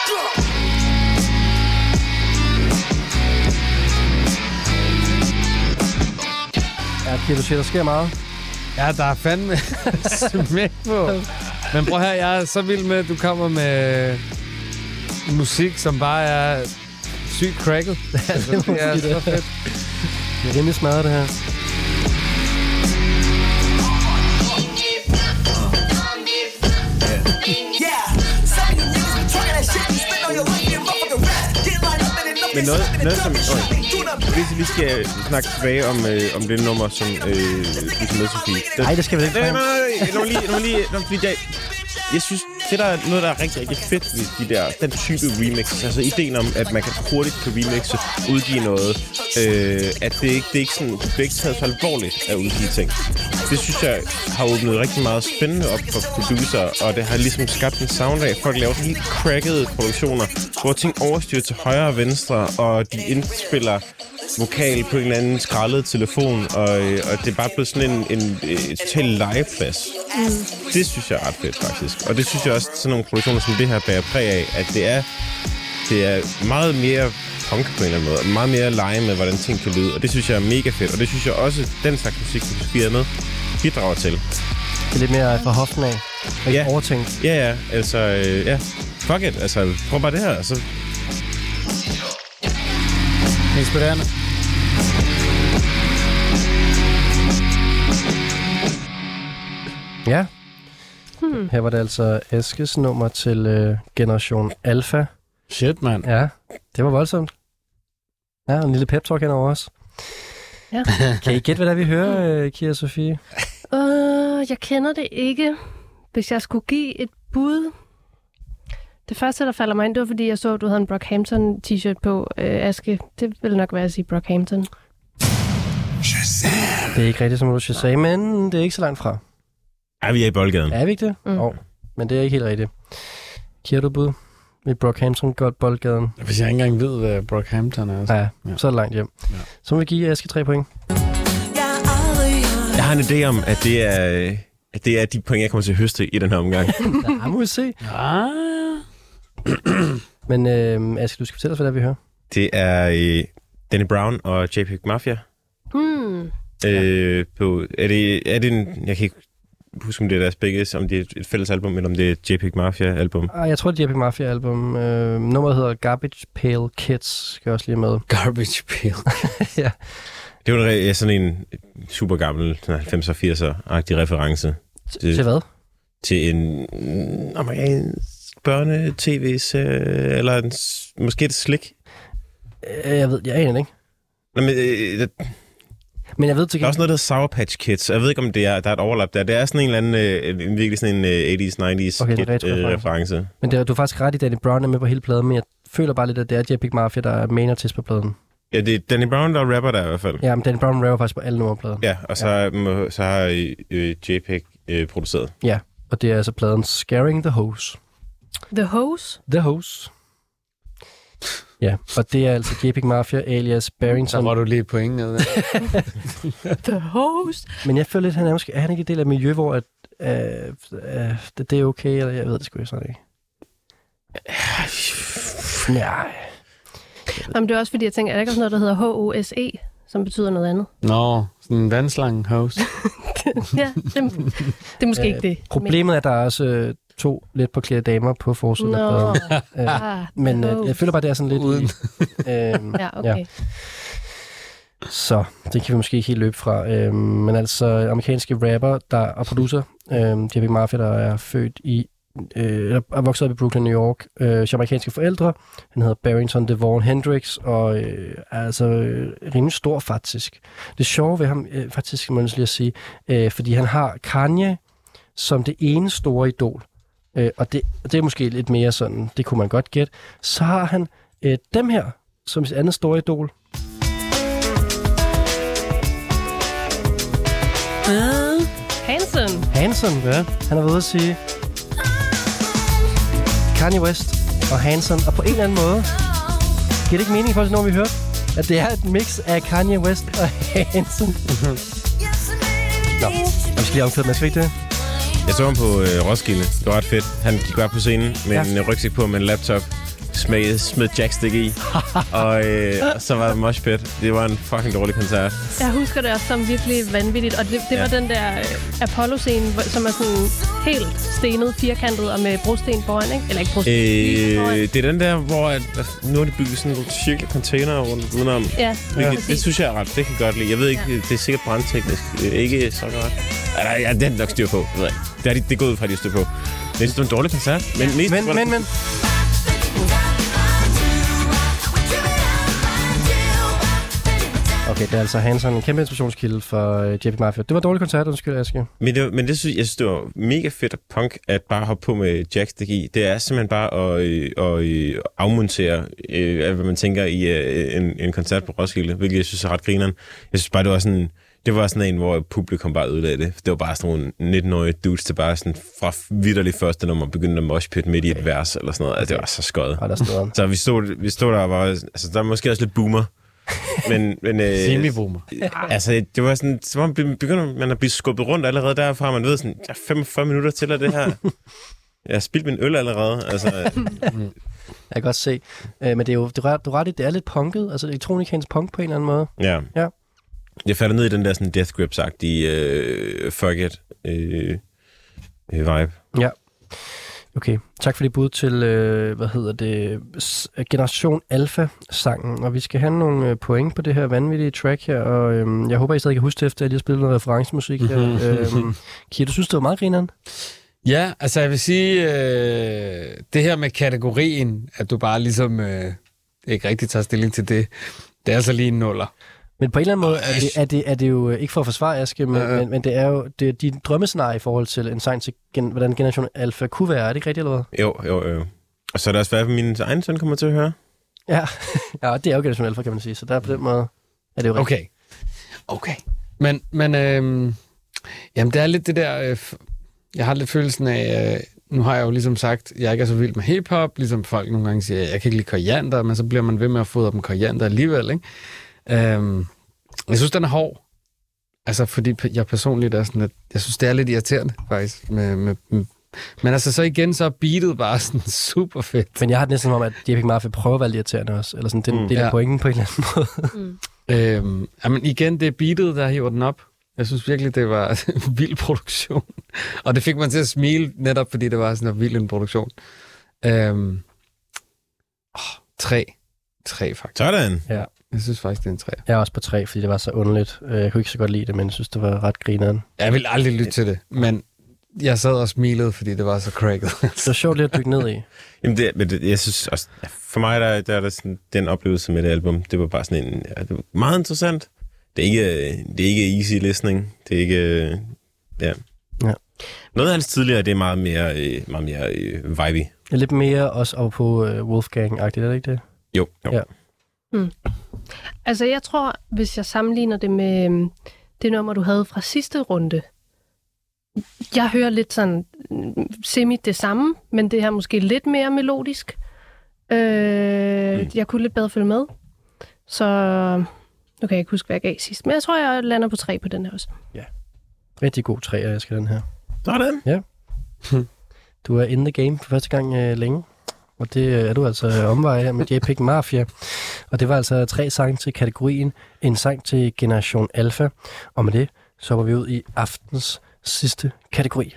Ja, Kira, du siger, der sker meget. Ja, der er fandme smæk på. Men prøv her, jeg er så vild med, at du kommer med musik, som bare er sygt cracket. Ja, det må er så fedt. Det er rimelig smadret, det her. Men noget som... Hvis vi skal snakke tilbage om det nummer, som du kan med, Sofie. Nej, det skal vi ikke. Nej. Jeg synes, det der er noget, der er rigtig, rigtig fedt ved den type remixes. Altså ideen om, at man hurtigt kan remixe, udgive noget. At det er ikke sådan, det er ikke taget så alvorligt at udgive ting. Det synes jeg har åbnet rigtig meget spændende op for producer, og det har ligesom skabt en sound af, at folk laver helt crackede produktioner, hvor ting overstyrer til højre og venstre, og de indspiller vokal på en eller anden skrællet telefon, og det er bare blevet sådan en total legeplads. Det synes jeg er ret fedt, faktisk. Og det synes jeg også, sådan nogle produktioner som det her bærer præg af, at det er meget mere punk på en eller anden måde, og meget mere lege med, hvordan ting kan lyde, og det synes jeg er mega fedt. Og det synes jeg også, den slags musik, som Sofie er med, bidrager til. Det er lidt mere fra hoften af, og ikke overtænkt. Ja, altså, fuck it, altså, prøv bare det her, altså. Inspirerende. Ja. Her var det altså Askes nummer til Generation Alpha. Shit, mand. Ja, det var voldsomt. Ja, en lille pep-talk henover os. Ja. Kan I gætte, hvad der vi hører, Kira Sofie? Jeg kender det ikke. Hvis jeg skulle give et bud... Det første, der falder mig ind, det var, fordi jeg så, at du havde en Brockhampton t-shirt på, Aske. Det ville nok være at sige Brockhampton. Det er ikke rigtigt, som du sagde, men det er ikke så langt fra. Ja, vi er i boldgaden. Er vi ikke det? Men det er ikke helt rigtigt. Kira, du bud? I Brockhampton, godt boldgaden. Hvis jeg ikke engang ved, hvad Brockhampton er. Ja, så er det langt hjem. Ja. Så må vi give Aske 3 point. Jeg har en idé om, at det er de point, jeg kommer til at høste i den her omgang. Ja, må vi se. Men Aske, du skal fortælle os, hvad det er, vi hører. Det er Danny Brown og JPEG Mafia. Er det en... Jeg kan ikke huske, om det er deres begge, om det er et fælles album, eller om det er JPEG Mafia-album. Jeg tror, det er JPEG Mafia-album. Nummeret hedder Garbage Pail Kids, skal jeg også lige med. Garbage Pail Kids. Ja. Det er jo sådan en super gammel 90'er og 80'er-agtig reference. Til hvad? Til en amerikansk børne-tv-serie, eller måske et slik. Jeg aner ikke. Nå, men jeg ved til der er også noget, der hedder Sour Patch Kids. Jeg ved ikke, om der er et overlap der. Det er sådan en eller anden, virkelig sådan en 80's, 90's reference. Men du er faktisk ret i, Danny Brown er med på hele pladen, men jeg føler bare lidt, at det er JPEG Mafia, der er main artist på pladen. Ja, det er Danny Brown, der er rapper der i hvert fald. Ja, men Danny Brown rapper faktisk på alle nummerplader. Ja, og så har JPEG produceret. Ja, og det er altså pladen Scaring the Hose. The Hose? The Hose. Ja, og det er altså JPEG Mafia alias Barrington. Der var du lige point ned. The Hose. Men jeg føler lidt, er han ikke en del af miljø, hvor det er okay, eller jeg ved det sgu ikke sådan ikke. Nej. Jamen, det er også fordi, jeg tænker, er der ikke også noget, der hedder HOSE, som betyder noget andet? Nå, sådan en vandslange hose. Ja, det er måske ikke det. Problemet er, at der er også 2 lidt påklædte damer på forsiden af pladen. Men jeg føler bare, det er sådan lidt uden. Ja, okay. Ja. Så det kan vi måske ikke helt løbe fra. Men altså amerikanske rapper og producer, JPEG Mafia, der er født i er vokset op i Brooklyn, New York. Jamaicanske forældre. Han hedder Barrington Devon Hendrix, og er altså rimelig stor faktisk. Det sjove ved ham, faktisk må jeg lige at sige, fordi han har Kanye som det ene store idol. Og det er måske lidt mere sådan, det kunne man godt gætte. Så har han dem her som sit andet store idol. Hanson, ja. Han har været ude at sige Kanye West og Hanson, og på en eller anden måde giver det ikke mening i forhold til, når vi hørte? at det er et mix af Kanye West og Hanson. Nå, vi skal lige omklæde med, skal vi ikke det? Jeg så ham på Roskilde. Det var ret fedt. Han gik bare på scenen med en rygsæk på med en laptop. Smed jackstick i. og så var det moshpit. Det var en fucking dårlig koncert. Jeg husker det også som virkelig vanvittigt. Og det var den der Apollo-scene, som er sådan helt stenet, firkantet og med brosten foran, ikke? Eller ikke brosten. Det er den der, hvor nu har de bygget sådan en cirkel container rundt udenom. Ja. Det synes jeg er ret. Det kan godt lide. Jeg ved ikke, det er sikkert brandteknisk. Ikke så godt. Ja, det er nok styr på. Jeg ved ikke. Det er gået ud fra, at de styr på. Men jeg synes, det var en dårlig koncert. Men. Okay, det er altså Hanson, en kæmpe inspirationskilde for JP Mafia. Det var en dårlig koncert, undskyld, Aske. Men jeg synes, det var mega fedt at punk at bare hoppe på med jackstick i. Det er simpelthen bare at afmontere, hvad man tænker i en koncert på Roskilde, hvilket jeg synes er ret grineren. Jeg synes bare, det var sådan en, hvor publikum bare ødelagde det. Det var bare sådan nogle 19-årige dudes, der bare sådan fra vitterligt første nummer begyndte at moshpit midt i et vers eller sådan noget. Altså, det var så skøjet. Så vi stod der og var... Altså, der var måske også lidt boomer. Men semi-boomer. Altså, det var sådan... Så begynder man at blive skubbet rundt allerede derfra. Man ved sådan, jeg har 45 minutter til at det her. Jeg har spildt min øl allerede. Altså... Jeg kan godt se. Men det er jo... Du er ret i, det er lidt punket. Altså, elektronikansk punk på en eller anden måde. Ja. Jeg falder ned i den der sådan Death Grips-agtige fuck it vibe. Ja. Okay, tak for det bud til, Generation Alpha-sangen. Og vi skal have nogle point på det her vanvittige track her, og jeg håber, I stadig kan huske det, efter at jeg lige har spillet noget referencemusik her. Kia, du synes, det var meget grineren? Ja, altså jeg vil sige, det her med kategorien, at du bare ligesom ikke rigtig tager stilling til det, det er altså lige en nuller. Men på en eller anden måde er det jo ikke for at forsvare, Aske, men det er jo din drømmescenarie i forhold til en sang til, hvordan Generation Alpha kunne være. Er det ikke rigtigt, eller hvad? Jo. Og så er der også hvad min egen søn kommer til at høre. Ja, det er jo Generation Alpha, kan man sige. Så der på den måde er det jo rigtigt. Okay. Men jamen, det er lidt det der... jeg har lidt følelsen af... nu har jeg jo ligesom sagt, jeg ikke er så vild med hiphop, ligesom folk nogle gange siger, jeg kan ikke lide koriander, men så bliver man ved med at fodre dem koriander alligevel, ikke? Jeg synes, den er hård. Altså, fordi jeg personligt er sådan, at jeg synes, det er lidt irriterende, faktisk. Men altså, så igen, så er beatet bare sådan super fedt. Men jeg har det næsten som om, at JP Mafia prøver at være irriterende også. Eller sådan, det er pointen på en eller anden måde. Jamen igen, det er beatet, der hiver den op. Jeg synes virkelig, det var en vild produktion. Og det fik man til at smile, netop fordi det var sådan en vild en produktion. 3 faktisk. Sådan. Ja. Jeg synes faktisk, det er en 3. Jeg er også på 3, fordi det var så underligt. Jeg kunne ikke så godt lide det, men jeg synes, det var ret grineren. Jeg ville aldrig lytte til det, men jeg sad og smilede, fordi det var så cracket. Det var sjovt lige at dykke ned i. Jamen, jeg synes også, for mig der er der sådan, den oplevelse med det album, det var bare sådan en, det var meget interessant. Det er ikke easy listening. Det er ikke, ja. Noget af hans tidligere, det er meget mere vibey. Lidt mere også over på Wolfgang-agtigt, er det ikke det? Jo. Ja. Altså, jeg tror, hvis jeg sammenligner det med det nummer, du havde fra sidste runde, jeg hører lidt sådan semi det samme, men det her måske lidt mere melodisk. Jeg kunne lidt bedre følge med. Så nu kan jeg ikke huske, hvad jeg gav sidst. Men jeg tror, jeg lander på 3 på den her også. Ja. Rigtig god 3, jeg skal den her. Sådan. Ja. Du er in the game for første gang længe. Og det er du altså omveje her med JP Mafia. Og det var altså 3 sange til kategorien. En sang til Generation Alpha. Og med det, så var vi ud i aftens sidste kategori.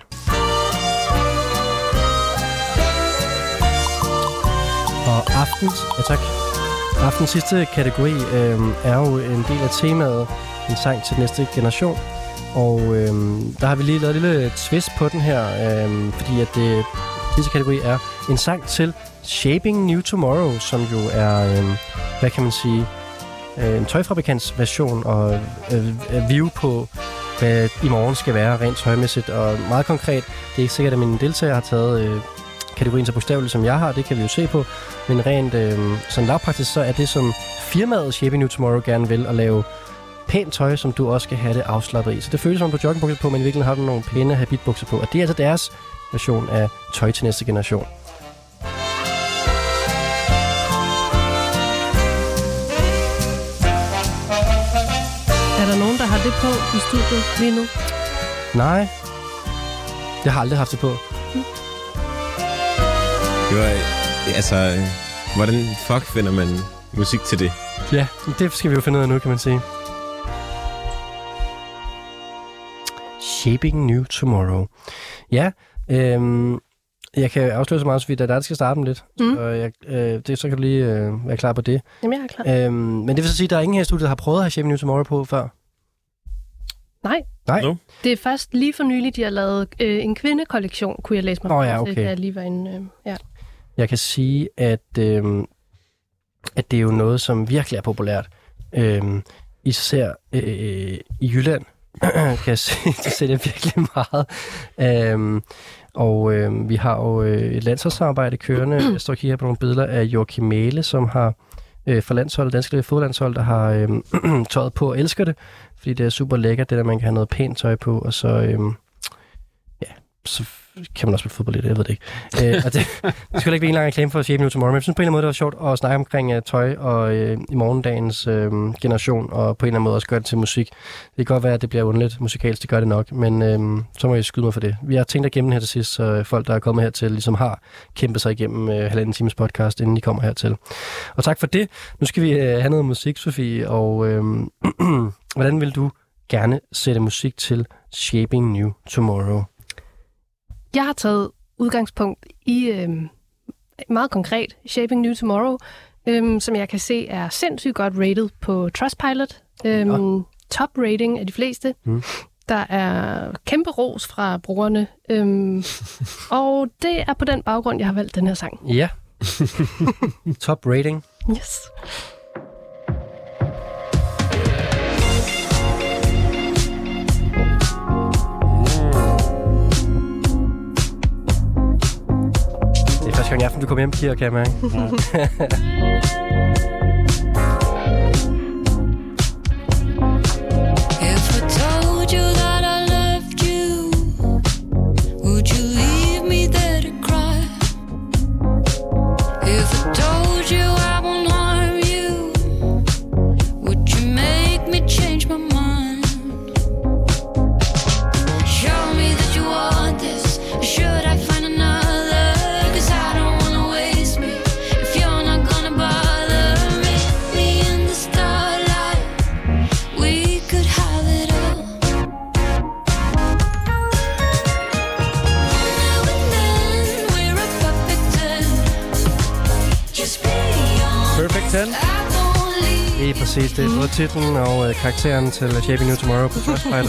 Og aftens sidste kategori er jo en del af temaet. En sang til næste generation. Og der har vi lige lavet et lille twist på den her. Fordi at det sidste kategori er en sang til Shaping New Tomorrow, som jo er, hvad kan man sige, en tøjfabrikants version og view på, hvad i morgen skal være rent tøjmæssigt. Og meget konkret, det er ikke sikkert, at mine deltagere har taget kategorien så bogstaveligt, som jeg har. Det kan vi jo se på. Men rent sådan lavpraktisk, så er det, som firmaet Shaping New Tomorrow gerne vil, at lave pænt tøj, som du også skal have det afslappet i. Så det føles som, du har joggingbukser på, men i virkeligheden har du nogle pæne habitbukser på. Og det er altså deres version af tøj til næste generation. det på i studiet lige nu? Nej. Jeg har aldrig haft det på. Det var, altså, hvordan fuck finder man musik til det? Ja, det skal vi jo finde ud af nu, kan man sige. Shaping New Tomorrow. Ja, jeg kan afsløre så meget, så vidt, at der skal starte dem lidt. Så kan du lige være klar på det. Jamen, jeg er klar. Men det vil så sige, at der er ingen her i studiet, der har prøvet at have Shaping New Tomorrow på før? Nej. No. Det er først lige for nylig, de har lavet en kvindekollektion, kunne jeg læse mig ja, okay. da jeg lige var inde. Jeg kan sige, at det er jo noget, som virkelig er populært. Især i Jylland, kan jeg sige, det ser det virkelig meget. Vi har jo et landsholdssamarbejde kørende. Jeg står og kigger på nogle billeder af Joachim Mæhle, som har fra landsholdet, danske fodboldlandshold, der har tøjet på og elsker det, fordi det er super lækkert, det der, man kan have noget pænt tøj på, og så, så kan man også spille fodbold lidt, jeg ved det ikke. Og det skulle ikke blive en lang reklame for Shaping New Tomorrow, men jeg synes på en eller anden måde, det var sjovt at snakke omkring tøj og i morgendagens generation, og på en eller anden måde også gøre det til musik. Det kan godt være, at det bliver underligt musikalsk, det gør det nok, men så må jeg skyde mig for det. Vi har tænkt at gemme her til sidst, så folk, der er kommet hertil, ligesom har kæmpet sig igennem halvanden times podcast, inden de kommer hertil. Og tak for det. Nu skal vi have noget musik, Sofie, og hvordan vil du gerne sætte musik til Shaping New Tomorrow? Jeg har taget udgangspunkt i meget konkret Shaping New Tomorrow, som jeg kan se er sindssygt godt rated på Trustpilot. Top rating af de fleste. Der er kæmpe ros fra brugerne. Og det er på den baggrund, jeg har valgt den her sang. Ja. Top rating. Yes. Første gang i aften, du kommer hjem, Kira, kan jeg mærke. If I told you that I loved you, would you leave me there to cry? If I told you I won't harm you, would you make me change my mind? Show me that you want this, should I find another? Perfect 10. Det er præcis det. Både titlen og karakteren til Shaping New Tomorrow på Trustpilot.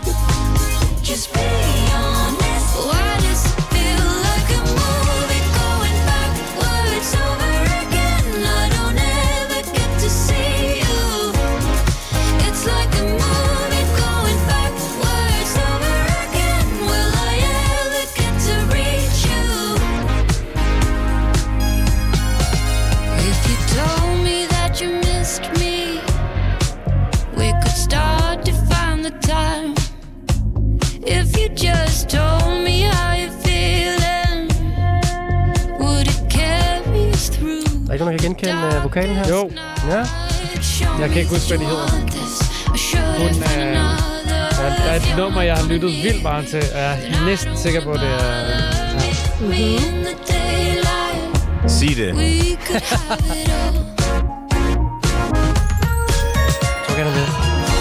Just told me how you're feeling. Would it carry us through? Er ikke nogen, der kan genkende vokalen her? Jo. Ja. Jeg kan ikke huske, hvad de hedder. Hun der er et nummer, jeg har lyttet vildt meget til. Jeg er næsten sikker på, det er... Sig det. Så kan det.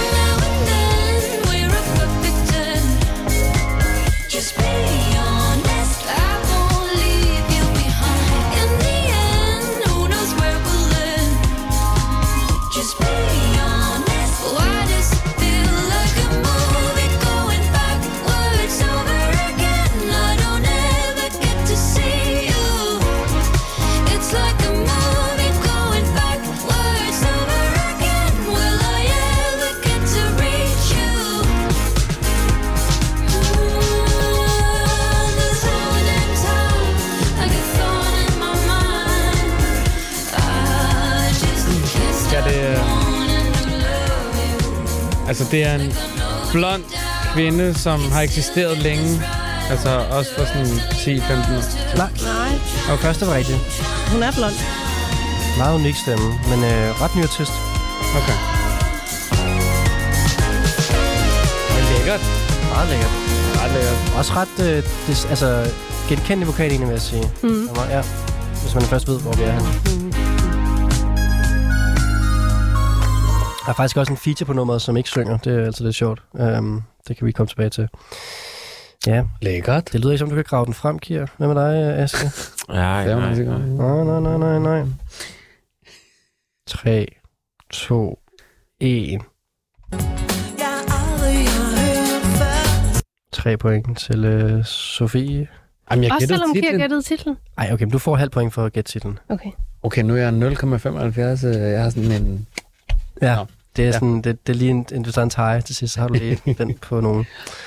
Altså, det er en blond kvinde, som har eksisteret længe. Altså, også for sådan 10-15 år. Nej. Og første var rigtigt. Hun er blond. Meget unik stemme, men ret ny artist. Okay. Lækkert. Meget lækkert. Ret lækkert. Også ret genkendelig vokal egentlig, vil jeg sige. Ja, hvis man først ved, hvor vi er henne. Der er faktisk også en feature på nummeret, som ikke synger. Det er altid lidt sjovt. Det kan vi komme tilbage til. Ja. Lækkert. Det lyder ikke som, du kan grave den frem, Kier. Hvad med dig, Aske? Nej. 3, 2, 1. 3 point til Sofie. Jamen, også selvom Kier gættede titlen? Ej, okay, men du får halv point for at gætte titlen. Okay, nu er jeg 0,75. Jeg har sådan en... Ja, det er sådan, det er lige en du tager en tie til sidst, så har du lige den på nogen.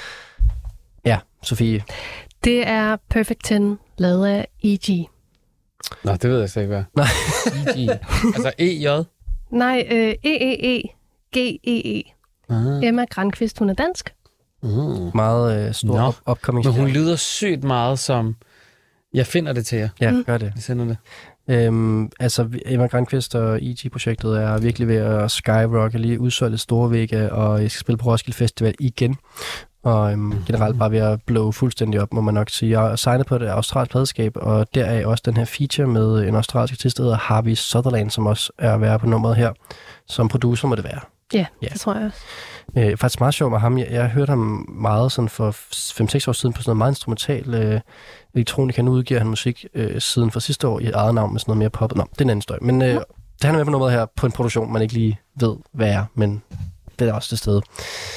Ja, Sofie. Det er Perfect 10, lavet af E.G. Nå, det ved jeg slet ikke, hvad. Nej. E.G. Altså E.J.? Nej, E-E-E-G-E-E. Emma Granqvist, hun er dansk. Meget stor upcoming. Men hun lyder sygt meget som... Jeg finder det til jer. Ja, gør det. Jeg sender det. Emma Granqvist og EG-projektet er virkelig ved at skyrocke, lige udsolgt et store vægge, og jeg skal spille på Roskilde Festival igen. Og generelt bare ved at blow fuldstændig op, må man nok sige. Jeg er signet på det australsk pladeskab, og der er også den her feature med en australsk artist, der hedder Harvey Sutherland, som også er at være på nummeret her. Som producer må det være. Ja, det tror jeg også. Faktisk meget sjovt med ham. Jeg hørte ham meget sådan for 5-6 år siden på sådan noget meget instrumental elektronika. Nu udgiver han musik siden for sidste år i eget navn med sådan noget mere poppet. Nå, det er en anden støj. Men det han er med på nummeret her på en produktion, man ikke lige ved, hvad er, men det er også det sted.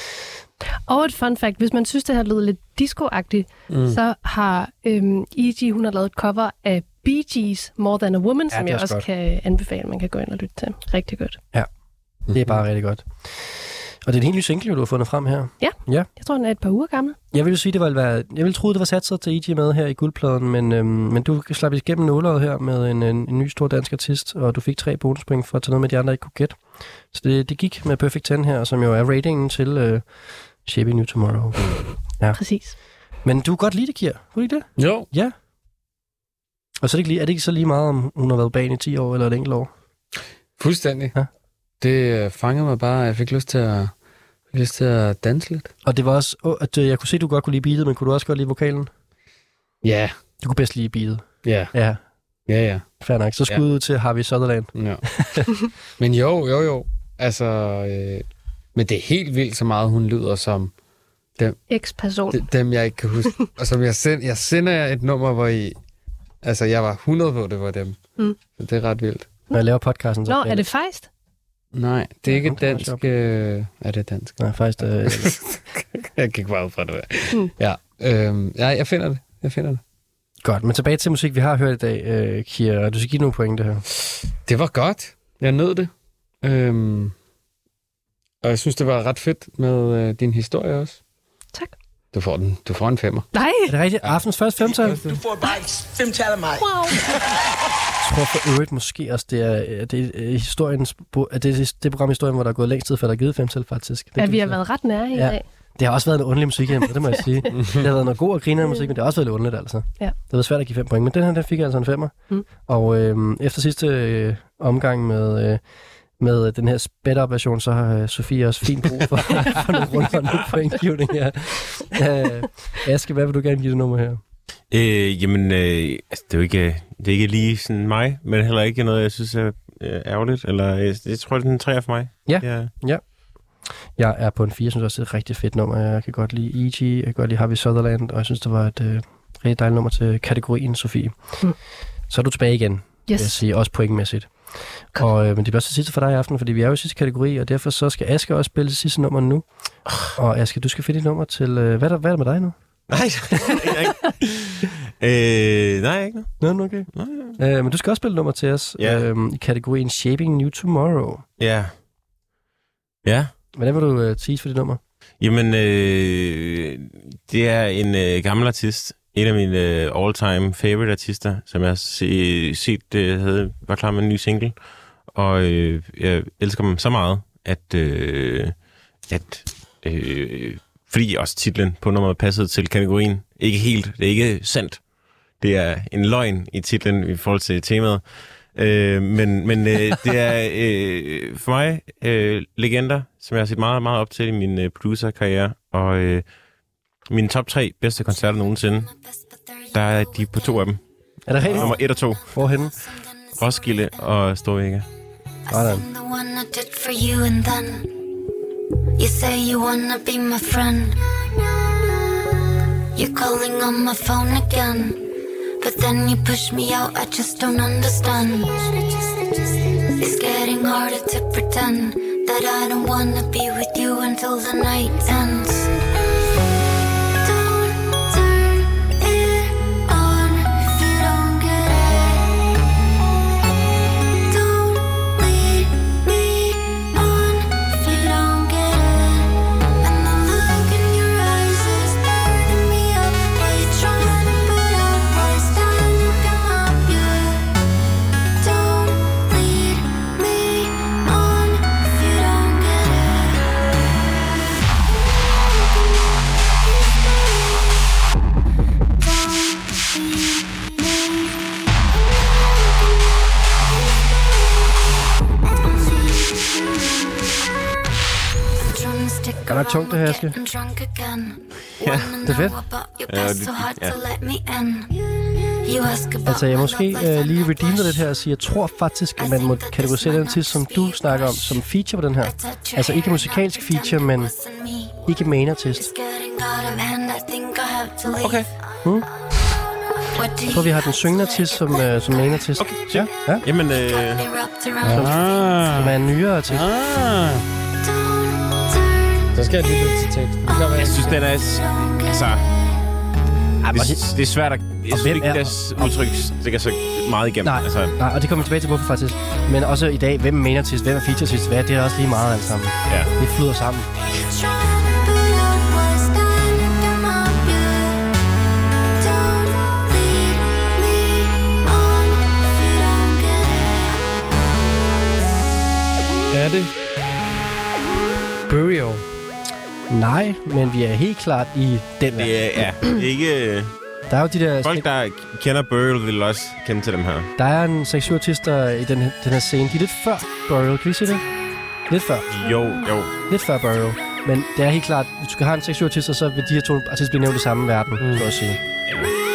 Og et fun fact, hvis man synes, det her lyder lidt disco-agtigt, så har E.G. hun har lavet et cover af Bee Gees More Than a Woman, som jeg også godt kan anbefale, man kan gå ind og lytte til. Rigtig godt. Ja, det er bare rigtig godt. Og det er en helt ny single, du har fundet frem her. Ja. Jeg tror, den er et par uger gammel. Jeg ville sige, jeg ville tro, det var sat sig til E.G. med her i guldpladen, men du slap igennem nåleret her med en ny stor dansk artist, og du fik 3 bonuspoint for at tage noget med de andre, ikke kunne gætte. Så det gik med Perfect 10 her, som jo er ratingen til Shaping New Tomorrow. Ja. Præcis. Men du kan godt lide det, Kier. Kunne du ikke det? Jo. Ja. Og så er det ikke så lige meget, om hun har været bag i 10 år eller et enkelt år? Fuldstændig. Ja. Det fangede mig bare, jeg fik lyst til at danse lidt. Og det var også, at jeg kunne se, at du godt kunne lide beatet, men kunne du også godt lide vokalen? Ja. Du kunne bedst lide beatet? Ja. Ja. Fair nok. Så skud ud til Harvey Sutherland. Ja. Men jo. Altså, men det er helt vildt så meget, hun lyder som dem. X-person. Dem, jeg ikke kan huske. Og som jeg sender jer et nummer, hvor jeg var 100 på, det var dem. Så det er ret vildt. Når jeg laver podcasten, så... Nå, er det Feist? Nej, det er ikke dansk. Er det dansk? Nej, Feist. Jeg gik bare ud fra det. Ja, jeg finder det. Godt, men tilbage til musik, vi har hørt i dag, Kier. Du skal give nogle pointe her. Det var godt. Jeg nød det. Og jeg synes, det var ret fedt med din historie også. Tak. Du får en 5'er. Nej. Er det rigtigt? Aftens første 5-tal? Du får bare 5-tal af mig. Wow. Jeg tror for øvrigt måske også, det er historiens, det program i historien, hvor der er gået længst tid, før der er givet 5-tal faktisk. Ja, vi har været ret nære i dag. Det har også været en underlig musik hjemme, det må jeg sige. Det har været noget god og griner musik, men det har også været lidt underligt, altså. Ja. Det har været svært at give 5 point, men den her, der fik jeg altså en 5'er. Og efter sidste omgang med den her sped-up version, så har Sofie også fint brug for nogle runder på pointgivning her. Aske, hvad vil du gerne give det nummer her? Altså, det er ikke lige sådan mig, men heller ikke noget, jeg synes er ærgerligt. Eller jeg tror, det er en 3'er for mig. Ja. Jeg er på en 4, jeg synes også, det er et rigtig fedt nummer. Jeg kan godt lide E.G., jeg kan godt lide Harvey Sutherland, og jeg synes, det var et rigtig dejligt nummer til kategorien, Sofie. Så er du tilbage igen, vil jeg sige, også pointmæssigt. Men det bliver også det sidste for dig i aften, fordi vi er jo i sidste kategori, og derfor så skal Aske også spille det sidste nummer nu. Og Aske, du skal finde et nummer til... Hvad er der med dig nu? Nej, ikke noget. Nå, okay. Men du skal også spille et nummer til os i kategorien Shaping New Tomorrow. Ja. Hvordan vil du tease for det nummer? Jamen, det er en gammel artist. En af mine all-time favorite artister, som jeg har set var klar med en ny single. Og jeg elsker dem så meget, at fordi også titlen på nummeret passede til kategorien. Ikke helt, det er ikke sandt. Det er en løgn i titlen i forhold til temaet. Men det er for mig legender, som jeg har set meget, meget op til i min producerkarriere. Og mine top 3 bedste koncerter nogensinde, der er de på 2 af dem. Er det rigtigt? Nummer 1 og 2. Hvorhenne? Roskilde og Storvega. Sådan. You say you wanna be my friend. You're calling on my phone again, but then you push me out, I just don't understand. It's getting harder to pretend that I don't wanna be with you until the night ends. Er der tungt, det her, Aske? Ja. Det er fedt. Altså, jeg måske lige redeem det lidt her og sige, jeg tror faktisk, at man må kategorisere den til, som du snakker om, som feature på den her. Altså ikke musikalsk feature, men ikke main artist. Okay. Jeg tror, vi har den syngende artist som main artist. Okay, ja. Jamen, som er en nyere artist. Så skal jeg lytte til teksten. Jeg synes, den er... Altså... Det er svært at... Jeg synes ikke, deres udtryk stikker så meget igennem. Nej, altså. Nej, og det kommer tilbage til, hvorfor faktisk. Men også i dag, hvem er main artist, hvem er feature artist, hvad, det er også lige meget alt sammen. Ja. Det flyder sammen. Er det Burial? Nej, men vi er helt klart i den her. Det er ikke... Der er jo de der... Folk, der kender Burial, vil også kende til dem her. Der er en 6-7 artister i den her scene. De er lidt før Burial, kan vi sige det? Lidt før. Jo. Lidt før Burial. Men det er helt klart, hvis du skal have en 6-7 artister, så vil de her 2 artister blive nævnt i samme verden, kan jeg sige. Ja.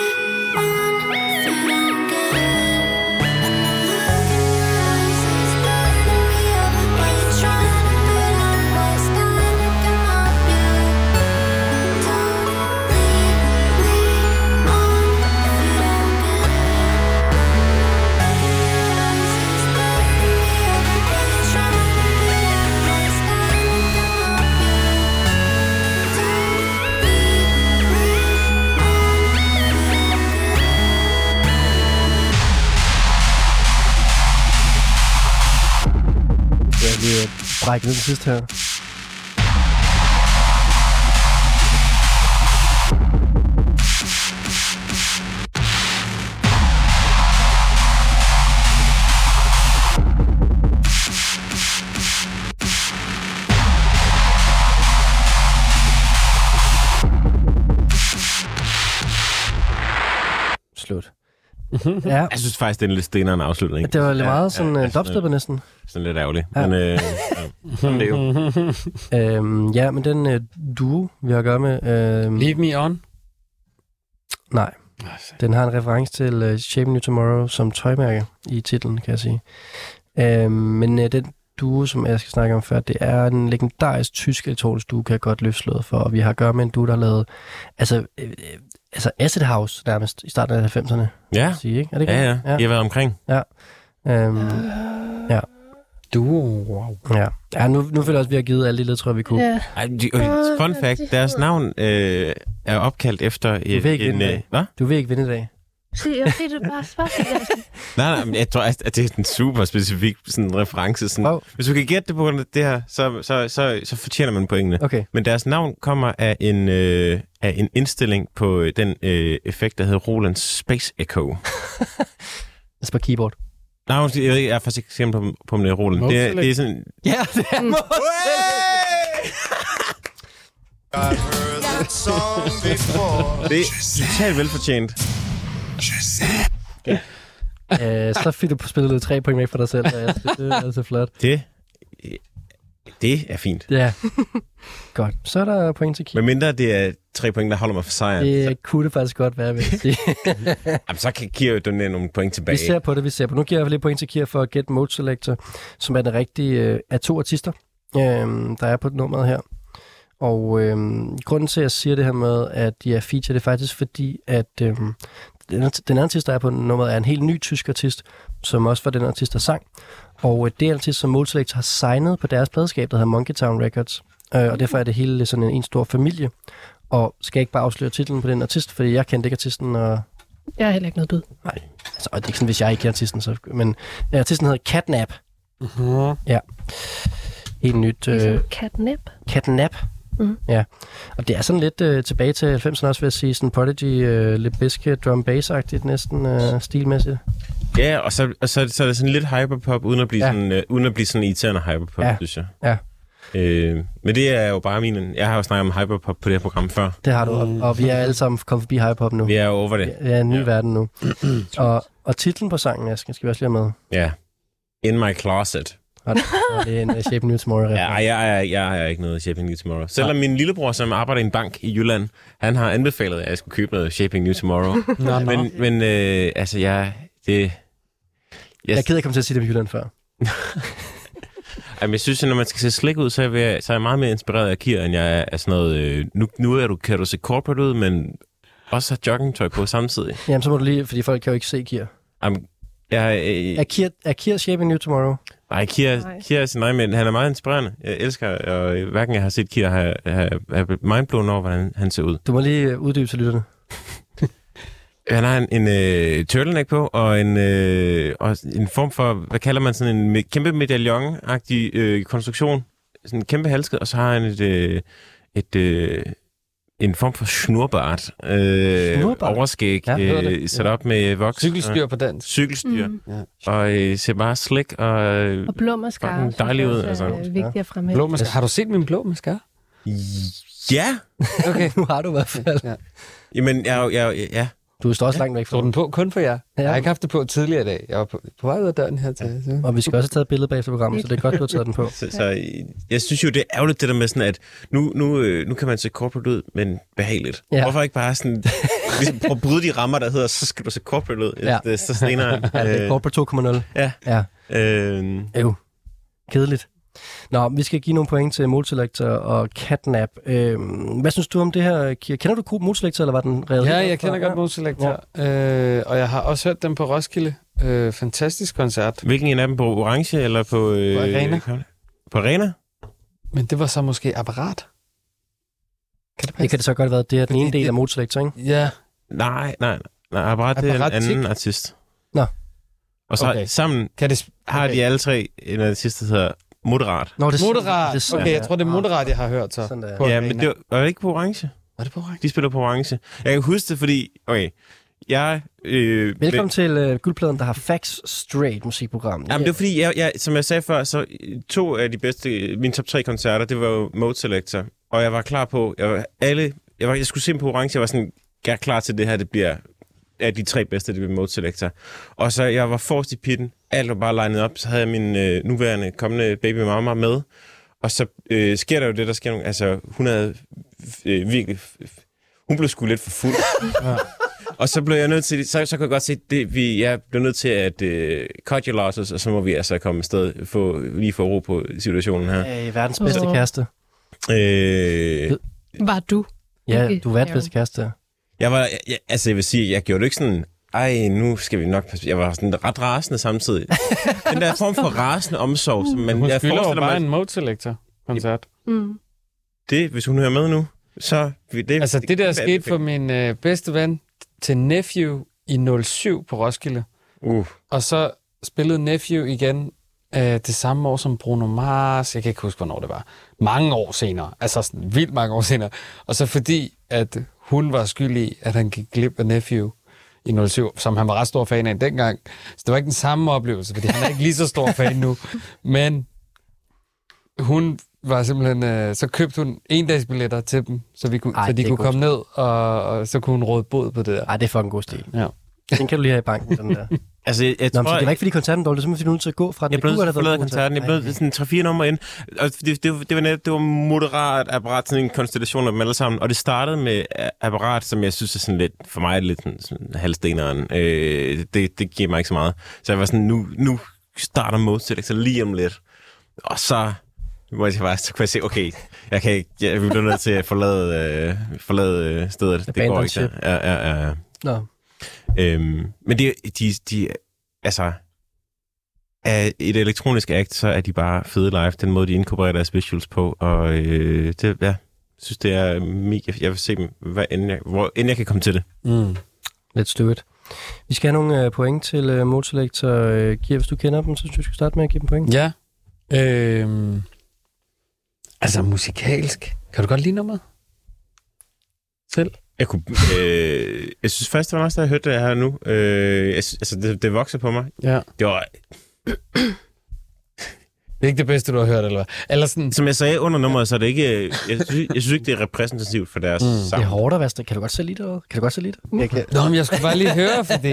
Brække ned den sidste her. Slut. Ja. Jeg synes faktisk, det er en lidt stenere en afslutning. Det var lidt meget sådan dubstepper næsten. Sådan lidt ærgerligt. Ja. Men sådan det er jo. Ja, men den duo, vi har at gøre med... Leave Me On? Nej. Den har en reference til Shape New Tomorrow som tøjmærke i titlen, kan jeg sige. Men den duo, som jeg skal snakke om før, det er en legendarisk tysk elektronisk duo, kan jeg godt løfte slået for. Og vi har at gøre med en duo, der har lavet... Altså Acid House nærmest i starten af 90'erne. Ja. Sige, ikke? Er det Ja. De har været omkring. Ja. Ja. Wow. Ja, nu føler jeg også, at vi har givet alle de ledtråde, vi kunne. Yeah. Fun fact, deres navn er opkaldt efter hvad? Du vil ikke vinde i dag. Jeg fik det bare svært. Nej, men jeg tror, at det er en super specifik sådan reference. Sådan. Hvis du kan gætte det på det her, så fortjener man pointene. Okay. Men deres navn kommer af en indstilling på den effekt, der hedder Roland Space Echo. Det er på keyboard. Nej, jeg er faktisk ikke sikker på, om det er Roland. Det er sådan... Ja, det er det er totalt velfortjent. Så fik du spillet 3 point med for dig selv. Det er altså flot. Det Det er fint. Ja. Godt. Så er der point til Kira. Men mindre det er 3 point, der holder mig for sejren. Det kunne det faktisk godt være, vil jeg sige. Jamen, så kan Kira jo donere nogle point tilbage. Vi ser på det. Nu giver jeg i hvert fald lidt point til Kira for Get Mode Selector, som er den rigtige af 2 artister, der er på nummeret her. Og grunden til, at jeg siger det her med, at de er feature, det er faktisk fordi, at den anden artist, der er på nummeret, er en helt ny tysk artist, som også var den artist, der sang. Og det er en artist, som Mode Selector har signet på deres pladeskab, der hedder Monkey Town Records. Og derfor er det hele sådan en stor familie. Og skal jeg ikke bare afsløre titlen på den artist, fordi jeg kendte ikke artisten. Og... Jeg har heller ikke noget bud. Nej, altså, og det er ikke sådan, hvis jeg ikke kender artisten. Så... Men artisten hedder Catnap. Uh-huh. Ja. Helt nyt. Catnap? Catnap. Mm. Ja, og det er sådan lidt tilbage til 90'erne også, vil jeg sige, sådan Prodigy, Limp Bizkit, drum bass-agtigt næsten stilmæssigt. Ja, og så er det sådan lidt hyperpop, uden at blive sådan irriterende hyperpop, synes jeg. Ja. Men det er jo bare jeg har jo snakket om hyperpop på det her program før. Det har du, og vi er alle sammen kommet forbi hyperpop nu. Vi er over det. Vi er i en ny verden nu. og titlen på sangen, skal vi også lige have med? Ja. In My Closet. Og det er en Shaping New Tomorrow. Ja, jeg er ikke noget Shaping New Tomorrow. Selvom min lillebror, som arbejder i en bank i Jylland, han har anbefalet, at jeg skulle købe noget Shaping New Tomorrow. Men altså, jeg er ked af at komme til at sige det med Jylland før. Jamen, jeg synes, at når man skal se slik ud, så er jeg meget mere inspireret af Kira, end jeg er sådan noget... Nu kan du se corporate ud, men også have joggingtøj på samtidig. Jamen, så må du lige, fordi folk kan jo ikke se Kira. Er Kira Shaping New Tomorrow? Nej, Kira, men han er meget inspirerende. Jeg elsker, og hverken jeg har set Kira have mindblown over, hvordan han ser ud. Du må lige uddybe til lytterne. Han har en turtleneck på, og en form for, hvad kalder man sådan en kæmpe medaljon-agtig konstruktion. Sådan en kæmpe halskæde, og så har han en form for snurrbart. Overskæg, sat op med voks. Cykelstyr på dansk. Cykelstyr. Og ser bare slik og blå mascara. Dejlig ud. Altså. Vigtigt at fremhæve. Blå mascara. Har du set min blå mascara? Ja. Okay, nu har du i hvert fald. Ja. Jamen, ja. Du står også langt væk fra den på kun for jer. Jeg har ikke haft det på tidligere i dag. Jeg var på vej ud af døren her til. Ja. Og vi skal også have taget billeder bag for programmet, så det er godt, du har taget den på. Så jeg synes jo, det er ærgerligt det der med sådan, at nu kan man se corporate ud, men behageligt. Ja. Hvorfor ikke bare sådan, prøve at bryde de rammer, der hedder, så skal du se corporate ud. Ja. Det er så senere. Det er corporate 2.0. Ja. Kedeligt. Nå, vi skal give nogle point til Mode Selector og Catnap. Hvad synes du om det her, Kira? Kender du Mode Selector, eller var den reelt? Ja, jeg kender godt Mode Selector. Ja. Og jeg har også hørt dem på Roskilde. Fantastisk koncert. Hvilken en af dem? På Orange eller på Arena? På Arena? Men det var så måske Apparat. Kan det kan det så godt være. Det er den ene del af Mode Selector, ikke? Ja. Nej. Apparat det er en anden artist. Nå. Og så sammen har de alle tre en artist, der hedder Moderat. Nå, Moderat. Okay, jeg tror, det er Moderat, jeg har hørt så. Ja, men det var det ikke på Orange? Var det på Orange? De spiller på Orange. Jeg kan huske det, fordi... Okay, velkommen til Guldpladen, der har Facts Straight musikprogram. Jamen, det er fordi, jeg, som jeg sagde før, så 2 af de bedste, mine top 3 koncerter, det var jo Mode Selector. Og jeg var klar på... Jeg skulle se på Orange, jeg var sådan... Jeg er klar til det her, det bliver... af de 3 bedste, det blev Mode Selector. Og så jeg var forrest i pitten. Alt var bare legnet op. Så havde jeg min nuværende kommende baby mama med. Og så sker der jo det, der sker nogle... Altså, hun havde virkelig... Hun blev sgu lidt for fuld. Ja. Og så blev jeg nødt til... Så kan jeg godt se, jeg blev nødt til at cut your losses, og så må vi altså komme afsted lige få ro på situationen her. Verdens bedste kæreste. Var du? Ja, du var verdens bedste kæreste. Jeg vil sige, jeg gjorde det ikke sådan, nu skal vi nok passe. Jeg var sådan ret rasende samtidig. Den der form for rasende omsorg, som man... Hun spiller jo bare en Mode Selector-koncert. Det, hvis hun hører med nu, så... Det der skete for min bedste ven til Nephew i 07 på Roskilde. Og så spillede Nephew igen det samme år som Bruno Mars. Jeg kan ikke huske, hvornår det var. Mange år senere. Altså sådan vildt mange år senere. Og så fordi, at hun var skyldig i, at han gik glip af Nephew i 07, som han var ret stor fan af dengang. Så det var ikke den samme oplevelse, fordi han er ikke lige så stor fan nu. Men hun var simpelthen... så købte hun 1-dagsbilletter til dem, så de kunne komme ned, og så kunne hun råde bod på det der. Ej, det er fucking god stil. Ja. Den kan du lige have i banken, den der. Altså, jeg Nå, tror, det var ikke fordi koncerten dårlig, det er simpelthen fordi du er nødt til at gå fra den. Jeg blev nødt til at forlade koncerten. Jeg blev sådan 3-4 numre ind. Og det var moderat apparat, sådan en konstellation af dem alle sammen. Og det startede med apparat, som jeg synes er sådan lidt, for mig lidt sådan halvsteneren. Det giver mig ikke så meget. Så jeg var sådan, nu starter Mode Selector lige om lidt. Og så kunne jeg se, okay, jeg bliver nødt til at forlade stedet. Det går ikke. Ja. Nå. Men de altså af et elektronisk act, så er de bare fede live, den måde, de inkorporerer deres visuals på, og synes, det er mega. Jeg vil se dem, hvor end jeg kan komme til det. Let's do it. Vi skal have nogle point til Mode Selector. Giver, hvis du kender dem, så synes du skal starte med at give dem point. Ja. Altså musikalsk. Kan du godt lide nummeret? Selv? Jeg synes først, det var også, da jeg hørte det her nu. Det vokser på mig. Ja. Det var... Det er ikke det bedste, du har hørt, eller hvad? Eller sådan... Som jeg sagde under nummeret, så er det ikke... Jeg synes ikke, det er repræsentativt for deres sang. Det er hårdt at være. Kan du godt se lidt det? Kan du godt se lidt? Nå, men jeg skulle bare lige høre, fordi...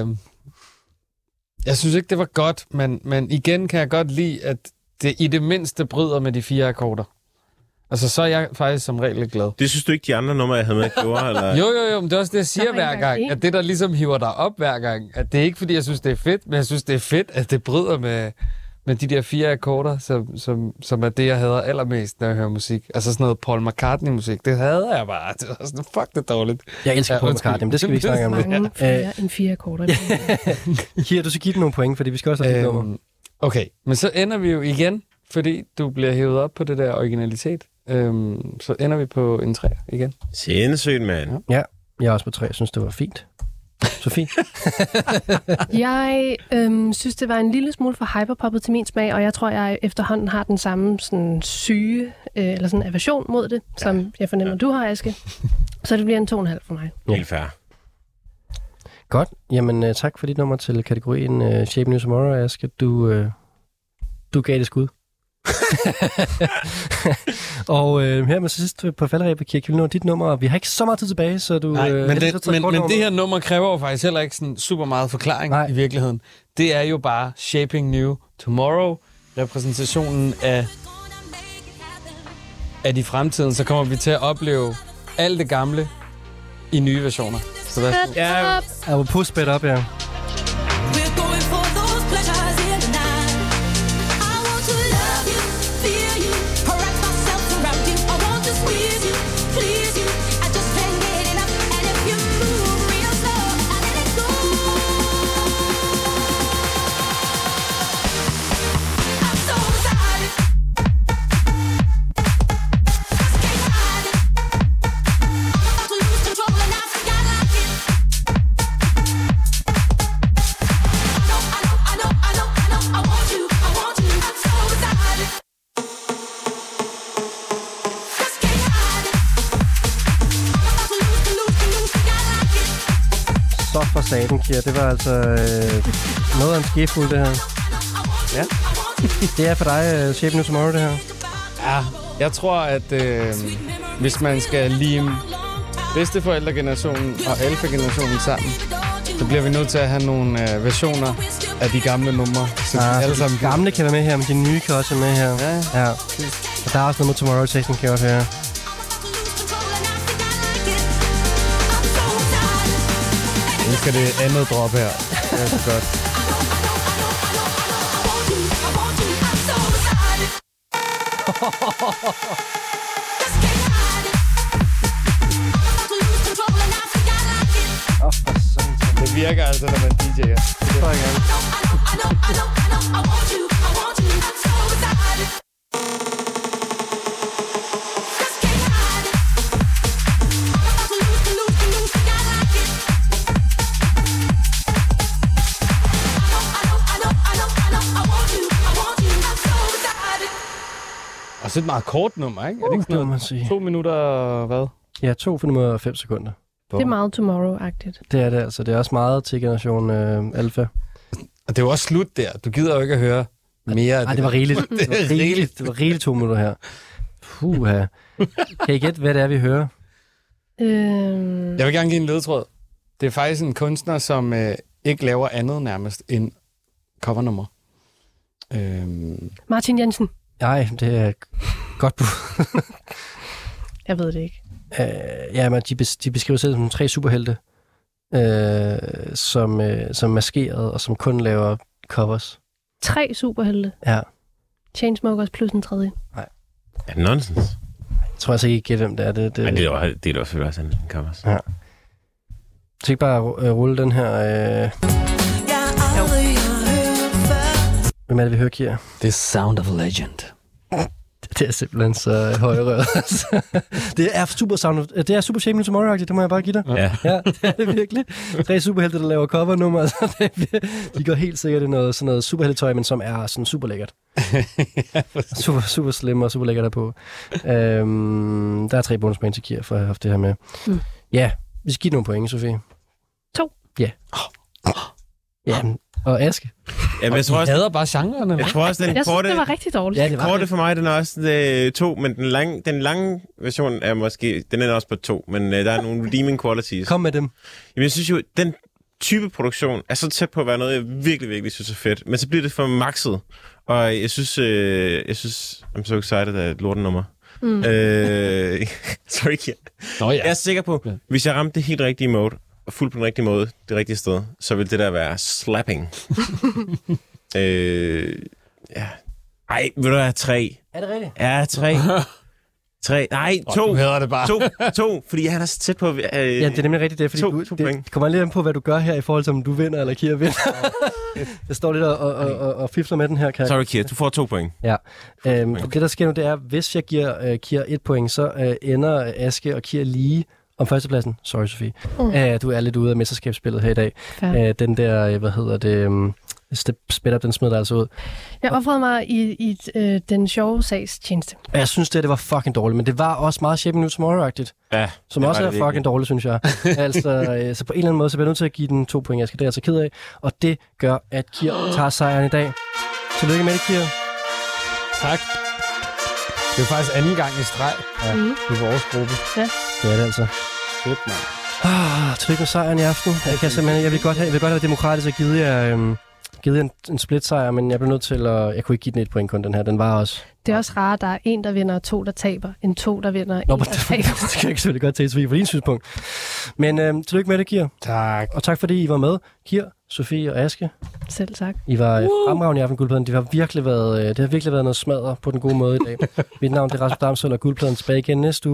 Jeg synes ikke, det var godt, men igen kan jeg godt lide, at det i det mindste bryder med de 4 akkorder. Altså, så er jeg faktisk som regel glad. Det synes du ikke, de andre numre, jeg havde med, gjorde? Eller? Jo, men det er også det, jeg siger hver gang. At det, der ligesom hiver dig op hver gang, at det er ikke, fordi jeg synes, det er fedt, men jeg synes, det er fedt, at det bryder med de der 4 akkorder, som er det, jeg hader allermest, når jeg hører musik. Altså sådan noget Paul McCartney-musik, det hader jeg bare. Det er sådan, fuck, det er dårligt. Jeg elsker Paul McCartney, men det skal vi ikke snakke om. Mange flere end 4 akkorder. Her, du skal give dem nogle point, fordi vi skal også have dit nummer. Okay, men så ender vi jo igen, fordi du bliver hævet op på det der originalitet. Så ender vi på en 3 igen. Sindssygt, mand. Ja, jeg er også på 3. Jeg synes, det var fint. Sofie? Jeg synes, det var en lille smule for hyperpoppet til min smag, og jeg tror, jeg efterhånden har den samme sådan, syge eller sådan aversion mod det, som jeg fornemmer, du har, Aske. Så det bliver en 2,5 for mig. Helt fair. Godt. Jamen, tak for dit nummer til kategorien Shape New Tomorrow, Aske. Du gav det skud. Og her med sidst på falderæbet, Kirk, vil nå dit nummer, og vi har ikke så meget tid tilbage, så du... Nej, men det her nummer kræver jo faktisk heller ikke sådan super meget forklaring i virkeligheden. Det er jo bare Shaping New Tomorrow, repræsentationen af de fremtiden, så kommer vi til at opleve alt det gamle i nye versioner. Så hvad skal jeg vil push spæt op, ja. Saten, Kira. Det var altså noget af en skefuld, det her. Ja. Det er for dig, Shape New Tomorrow, det her. Ja, jeg tror, at hvis man skal lime bedsteforældregenerationen og alfa-generationen sammen, så bliver vi nødt til at have nogle versioner af de gamle numre. Så alle sammen de gamle kan være med her, men de nye kan også være med her. Ja. Og der er også noget med Tomorrow-teksten, kan jeg også høre. Nu skal det andet drop her. Det er så godt. Det virker altså, når man DJ'er. Det tror jeg gerne. Også et meget kort nummer, ikke? Er det ikke sådan noget? 2 minutter hvad? Ja, 2 minutter og 5 sekunder. Det er meget Tomorrow-agtigt. Det er det altså. Det er også meget til generation Alpha. Og det var også slut der. Du gider jo ikke at høre mere. Nej, det var rigeligt. Det var rigeligt 2 minutter her. Puha. Kan I gætte, hvad det er, vi hører? Jeg vil gerne give en ledtråd. Det er faktisk en kunstner, som ikke laver andet nærmest end covernummer. Martin Jensen. Nej, det er godt bud. Jeg ved det ikke. Ja, men de beskriver selv som 3 superhelte, som maskeret og som kun laver covers. 3 superhelte? Ja. Chainsmokers plus en tredje. Nej. Er det nonsens? Jeg tror altså ikke, hvem det er. Men det er da selvfølgelig også en covers. Ja. Så ikke bare rulle den her... Hvem er det, vi hører, Kier? The Sound of a Legend. Det er simpelthen så højrøret. Det er super Shame Tomorrow, det må jeg bare give dig. Ja. Ja, det er det virkelig. 3 superhelte, der laver covernummer. De går helt sikkert i sådan noget superheltetøj, men som er sådan super lækkert. Super slim og super lækkert derpå. Der er 3 bonuspoint til Kier, for at have haft det her med. Ja, vi skal give nogle point, Sofie. 2. Ja. Ja, og Aske. Ja, jeg tror også, hader bare genrerne. Jeg tror også, jeg synes, det var rigtig dårligt. Ja, det var korte for mig, den er også 2, men den lange version er måske, den er også på 2, men der er nogle redeeming qualities. Kom med dem. Jamen, jeg synes jo, den type produktion er så tæt på at være noget, jeg virkelig, virkelig synes er fedt, men så bliver det for maxet, og jeg synes I'm so excited af et lortenummer. Sorry, Kier. Jeg er sikker på, hvis jeg ramte det helt rigtige mode, og fuldt på den rigtige måde, det rigtige sted, så vil det der være slapping. Ja. Ej, vil du have 3? Er det rigtigt? Ja, 3. Nej, 2. Du hedder det bare. 2, fordi han er så tæt på... ja, det er nemlig rigtigt, det er, fordi det kommer lige an på, hvad du gør her, i forhold til, om du vinder, eller Kier vinder. Jeg står lidt og fifler med den her. Sorry, Kier, du får 2 point. Ja. Det, der sker nu, det er, hvis jeg giver Kier 1 point, så ender Aske og Kier lige om førstepladsen. Sorry, Sofie. Du er lidt ude af mesterskabsspillet her i dag. Den der, spit up, den smed der altså ud. Jeg offrede mig i den sjove sags tjeneste. Jeg synes, det var fucking dårligt, men det var også meget Shaping New Tomorrow-agtigt. Ja, som også er fucking dårligt, synes jeg. Altså, så på en eller anden måde, så bliver jeg nødt til at give den 2 point. Jeg skal det altså ked af. Og det gør, at Kier tager sejren i dag. Tillykke med det, Kier. Tak. Det er faktisk anden gang i streg i vores gruppe. Ja. Det er det altså. Fedt, mand. Tillykke med sejren i aften. Jeg vil godt have demokratisk at give jer en split-sejr, men jeg blev nødt til at... Jeg kunne ikke give den 1 point kun, den her. Den var også... Det er også rart, at der er 1, der vinder, og 2, der taber, end 2, der vinder, 1, der taber. Det kan jeg selvfølgelig godt tage Sofie for din synspunkt. Men tillykke med det, Kier. Tak. Og tak fordi I var med. Kier, Sofie og Aske. Selv tak. I var fremragende i aften, Guldpladen. Det har virkelig været noget smadret på den gode måde i dag. Mit navn er Rasmus Damsholdt, og Guldpladen tilbage igen næste uge.